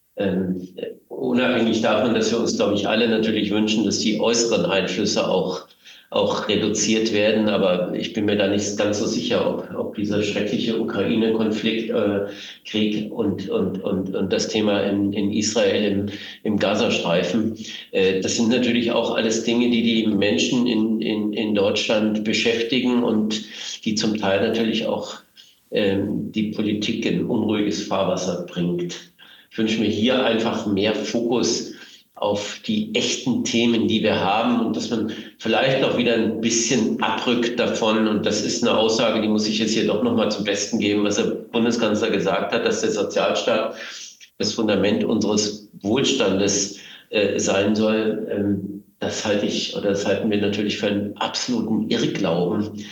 Unabhängig davon, dass wir uns, glaube ich, alle natürlich wünschen, dass die äußeren Einflüsse auch reduziert werden. Aber ich bin mir da nicht ganz so sicher, ob dieser schreckliche Ukraine-Konflikt, Krieg und das Thema in Israel im Gazastreifen, das sind natürlich auch alles Dinge, die Menschen in Deutschland beschäftigen und die zum Teil natürlich auch die Politik in unruhiges Fahrwasser bringt. Ich wünsche mir hier einfach mehr Fokus auf die echten Themen, die wir haben und dass man vielleicht auch wieder ein bisschen abrückt davon. Und das ist eine Aussage, die muss ich jetzt hier doch nochmal zum Besten geben, was der Bundeskanzler gesagt hat, dass der Sozialstaat das Fundament unseres Wohlstandes sein soll. Das halten wir natürlich für einen absoluten Irrglauben.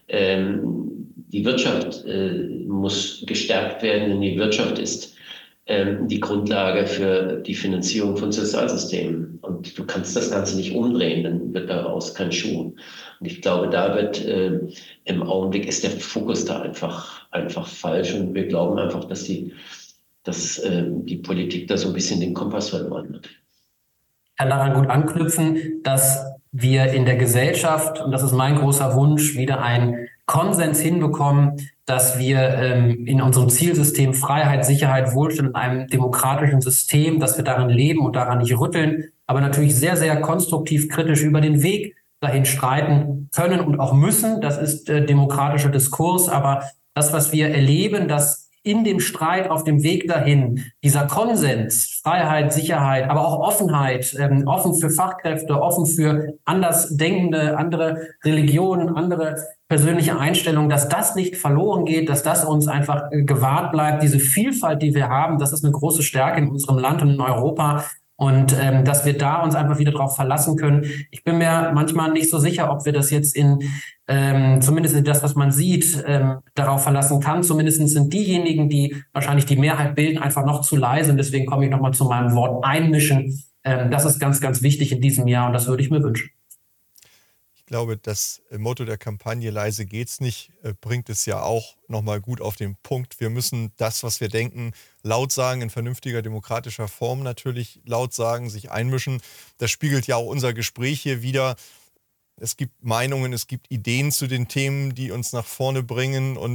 Die Wirtschaft muss gestärkt werden, denn die Wirtschaft ist die Grundlage für die Finanzierung von Sozialsystemen. Und du kannst das Ganze nicht umdrehen, dann wird daraus kein Schuh. Und ich glaube, da wird im Augenblick ist der Fokus da einfach falsch. Und wir glauben einfach, dass die Politik da so ein bisschen den Kompass verloren hat. Ich kann daran gut anknüpfen, dass wir in der Gesellschaft, und das ist mein großer Wunsch, wieder einen Konsens hinbekommen, dass wir in unserem Zielsystem Freiheit, Sicherheit, Wohlstand in einem demokratischen System, dass wir darin leben und daran nicht rütteln, aber natürlich sehr, sehr konstruktiv kritisch über den Weg dahin streiten können und auch müssen. Das ist demokratischer Diskurs, aber das, was wir erleben, dass in dem Streit auf dem Weg dahin dieser Konsens, Freiheit, Sicherheit, aber auch Offenheit, offen für Fachkräfte, offen für Andersdenkende, andere Religionen, andere persönliche Einstellungen, dass das nicht verloren geht, dass das uns einfach gewahrt bleibt. Diese Vielfalt, die wir haben, das ist eine große Stärke in unserem Land und in Europa. Und dass wir da uns einfach wieder drauf verlassen können. Ich bin mir manchmal nicht so sicher, ob wir das jetzt zumindest in das, was man sieht, darauf verlassen kann. Zumindest sind diejenigen, die wahrscheinlich die Mehrheit bilden, einfach noch zu leise. Und deswegen komme ich nochmal zu meinem Wort einmischen. Das ist ganz, ganz wichtig in diesem Jahr und das würde ich mir wünschen. Ich glaube, das Motto der Kampagne "Leise geht's nicht" bringt es ja auch nochmal gut auf den Punkt. Wir müssen das, was wir denken, laut sagen, in vernünftiger demokratischer Form natürlich laut sagen, sich einmischen. Das spiegelt ja auch unser Gespräch hier wider. Es gibt Meinungen, es gibt Ideen zu den Themen, die uns nach vorne bringen und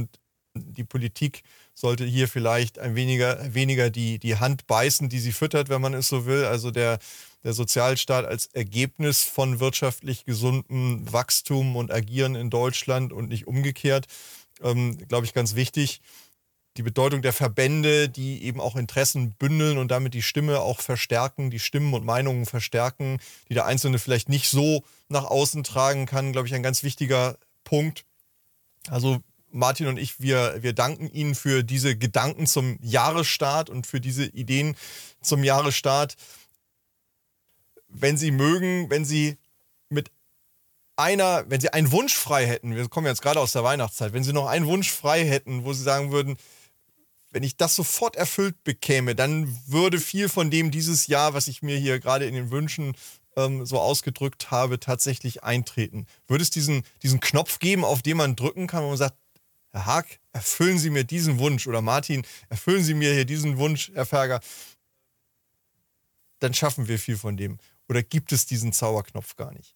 Die Politik sollte hier vielleicht ein weniger die Hand beißen, die sie füttert, wenn man es so will. Also der Sozialstaat als Ergebnis von wirtschaftlich gesundem Wachstum und Agieren in Deutschland und nicht umgekehrt, glaube ich, ganz wichtig. Die Bedeutung der Verbände, die eben auch Interessen bündeln und damit die Stimme auch verstärken, die Stimmen und Meinungen verstärken, die der Einzelne vielleicht nicht so nach außen tragen kann, glaube ich, ein ganz wichtiger Punkt. Also Martin und ich, wir danken Ihnen für diese Gedanken zum Jahresstart und für diese Ideen zum Jahresstart. Wenn Sie mögen, wenn Sie einen Wunsch frei hätten, wir kommen jetzt gerade aus der Weihnachtszeit, wenn Sie noch einen Wunsch frei hätten, wo Sie sagen würden, wenn ich das sofort erfüllt bekäme, dann würde viel von dem dieses Jahr, was ich mir hier gerade in den Wünschen so ausgedrückt habe, tatsächlich eintreten. Würde es diesen Knopf geben, auf den man drücken kann, wo man sagt, Herr Haag, erfüllen Sie mir diesen Wunsch, oder Martin, erfüllen Sie mir hier diesen Wunsch, Herr Ferger, dann schaffen wir viel von dem. Oder gibt es diesen Zauberknopf gar nicht?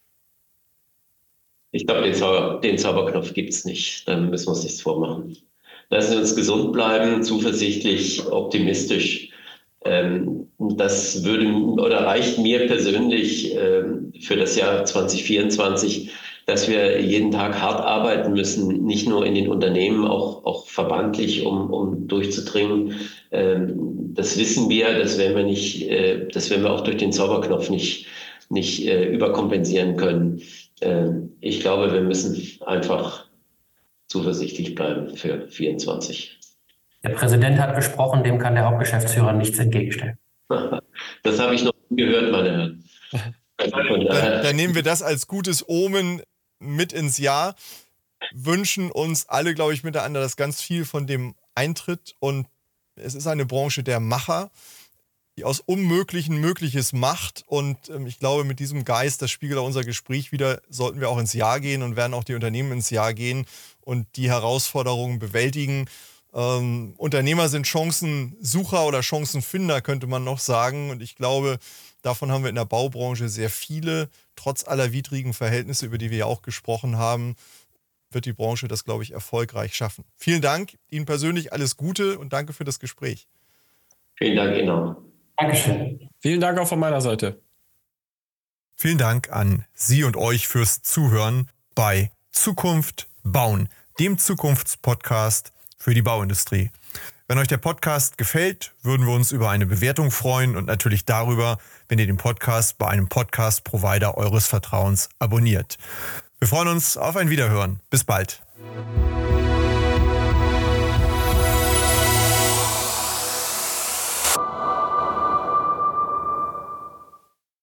Ich glaube, den Zauberknopf gibt es nicht. Dann müssen wir uns nichts vormachen. Lassen Sie uns gesund bleiben, zuversichtlich, optimistisch. Das reicht mir persönlich für das Jahr 2024, dass wir jeden Tag hart arbeiten müssen, nicht nur in den Unternehmen, auch verbandlich, um durchzudringen. Das wissen wir, das werden wir auch durch den Zauberknopf nicht überkompensieren können. Ich glaube, wir müssen einfach zuversichtlich bleiben für 2024. Der Präsident hat gesprochen, dem kann der Hauptgeschäftsführer nichts entgegenstellen. Das habe ich noch nie gehört, meine Herren. Dann nehmen wir das als gutes Omen mit ins Jahr, wünschen uns alle, glaube ich, miteinander, dass ganz viel von dem eintritt. Und es ist eine Branche der Macher, die aus Unmöglichen Mögliches macht. Und ich glaube, mit diesem Geist, das spiegelt auch unser Gespräch wieder, sollten wir auch ins Jahr gehen und werden auch die Unternehmen ins Jahr gehen und die Herausforderungen bewältigen. Unternehmer sind Chancensucher oder Chancenfinder, könnte man noch sagen. Und ich glaube, davon haben wir in der Baubranche sehr viele. Trotz aller widrigen Verhältnisse, über die wir ja auch gesprochen haben, wird die Branche das, glaube ich, erfolgreich schaffen. Vielen Dank, Ihnen persönlich alles Gute und danke für das Gespräch. Vielen Dank Ihnen auch. Dankeschön. Vielen Dank auch von meiner Seite. Vielen Dank an Sie und euch fürs Zuhören bei Zukunft bauen, dem Zukunftspodcast für die Bauindustrie. Wenn euch der Podcast gefällt, würden wir uns über eine Bewertung freuen und natürlich darüber, wenn ihr den Podcast bei einem Podcast-Provider eures Vertrauens abonniert. Wir freuen uns auf ein Wiederhören. Bis bald.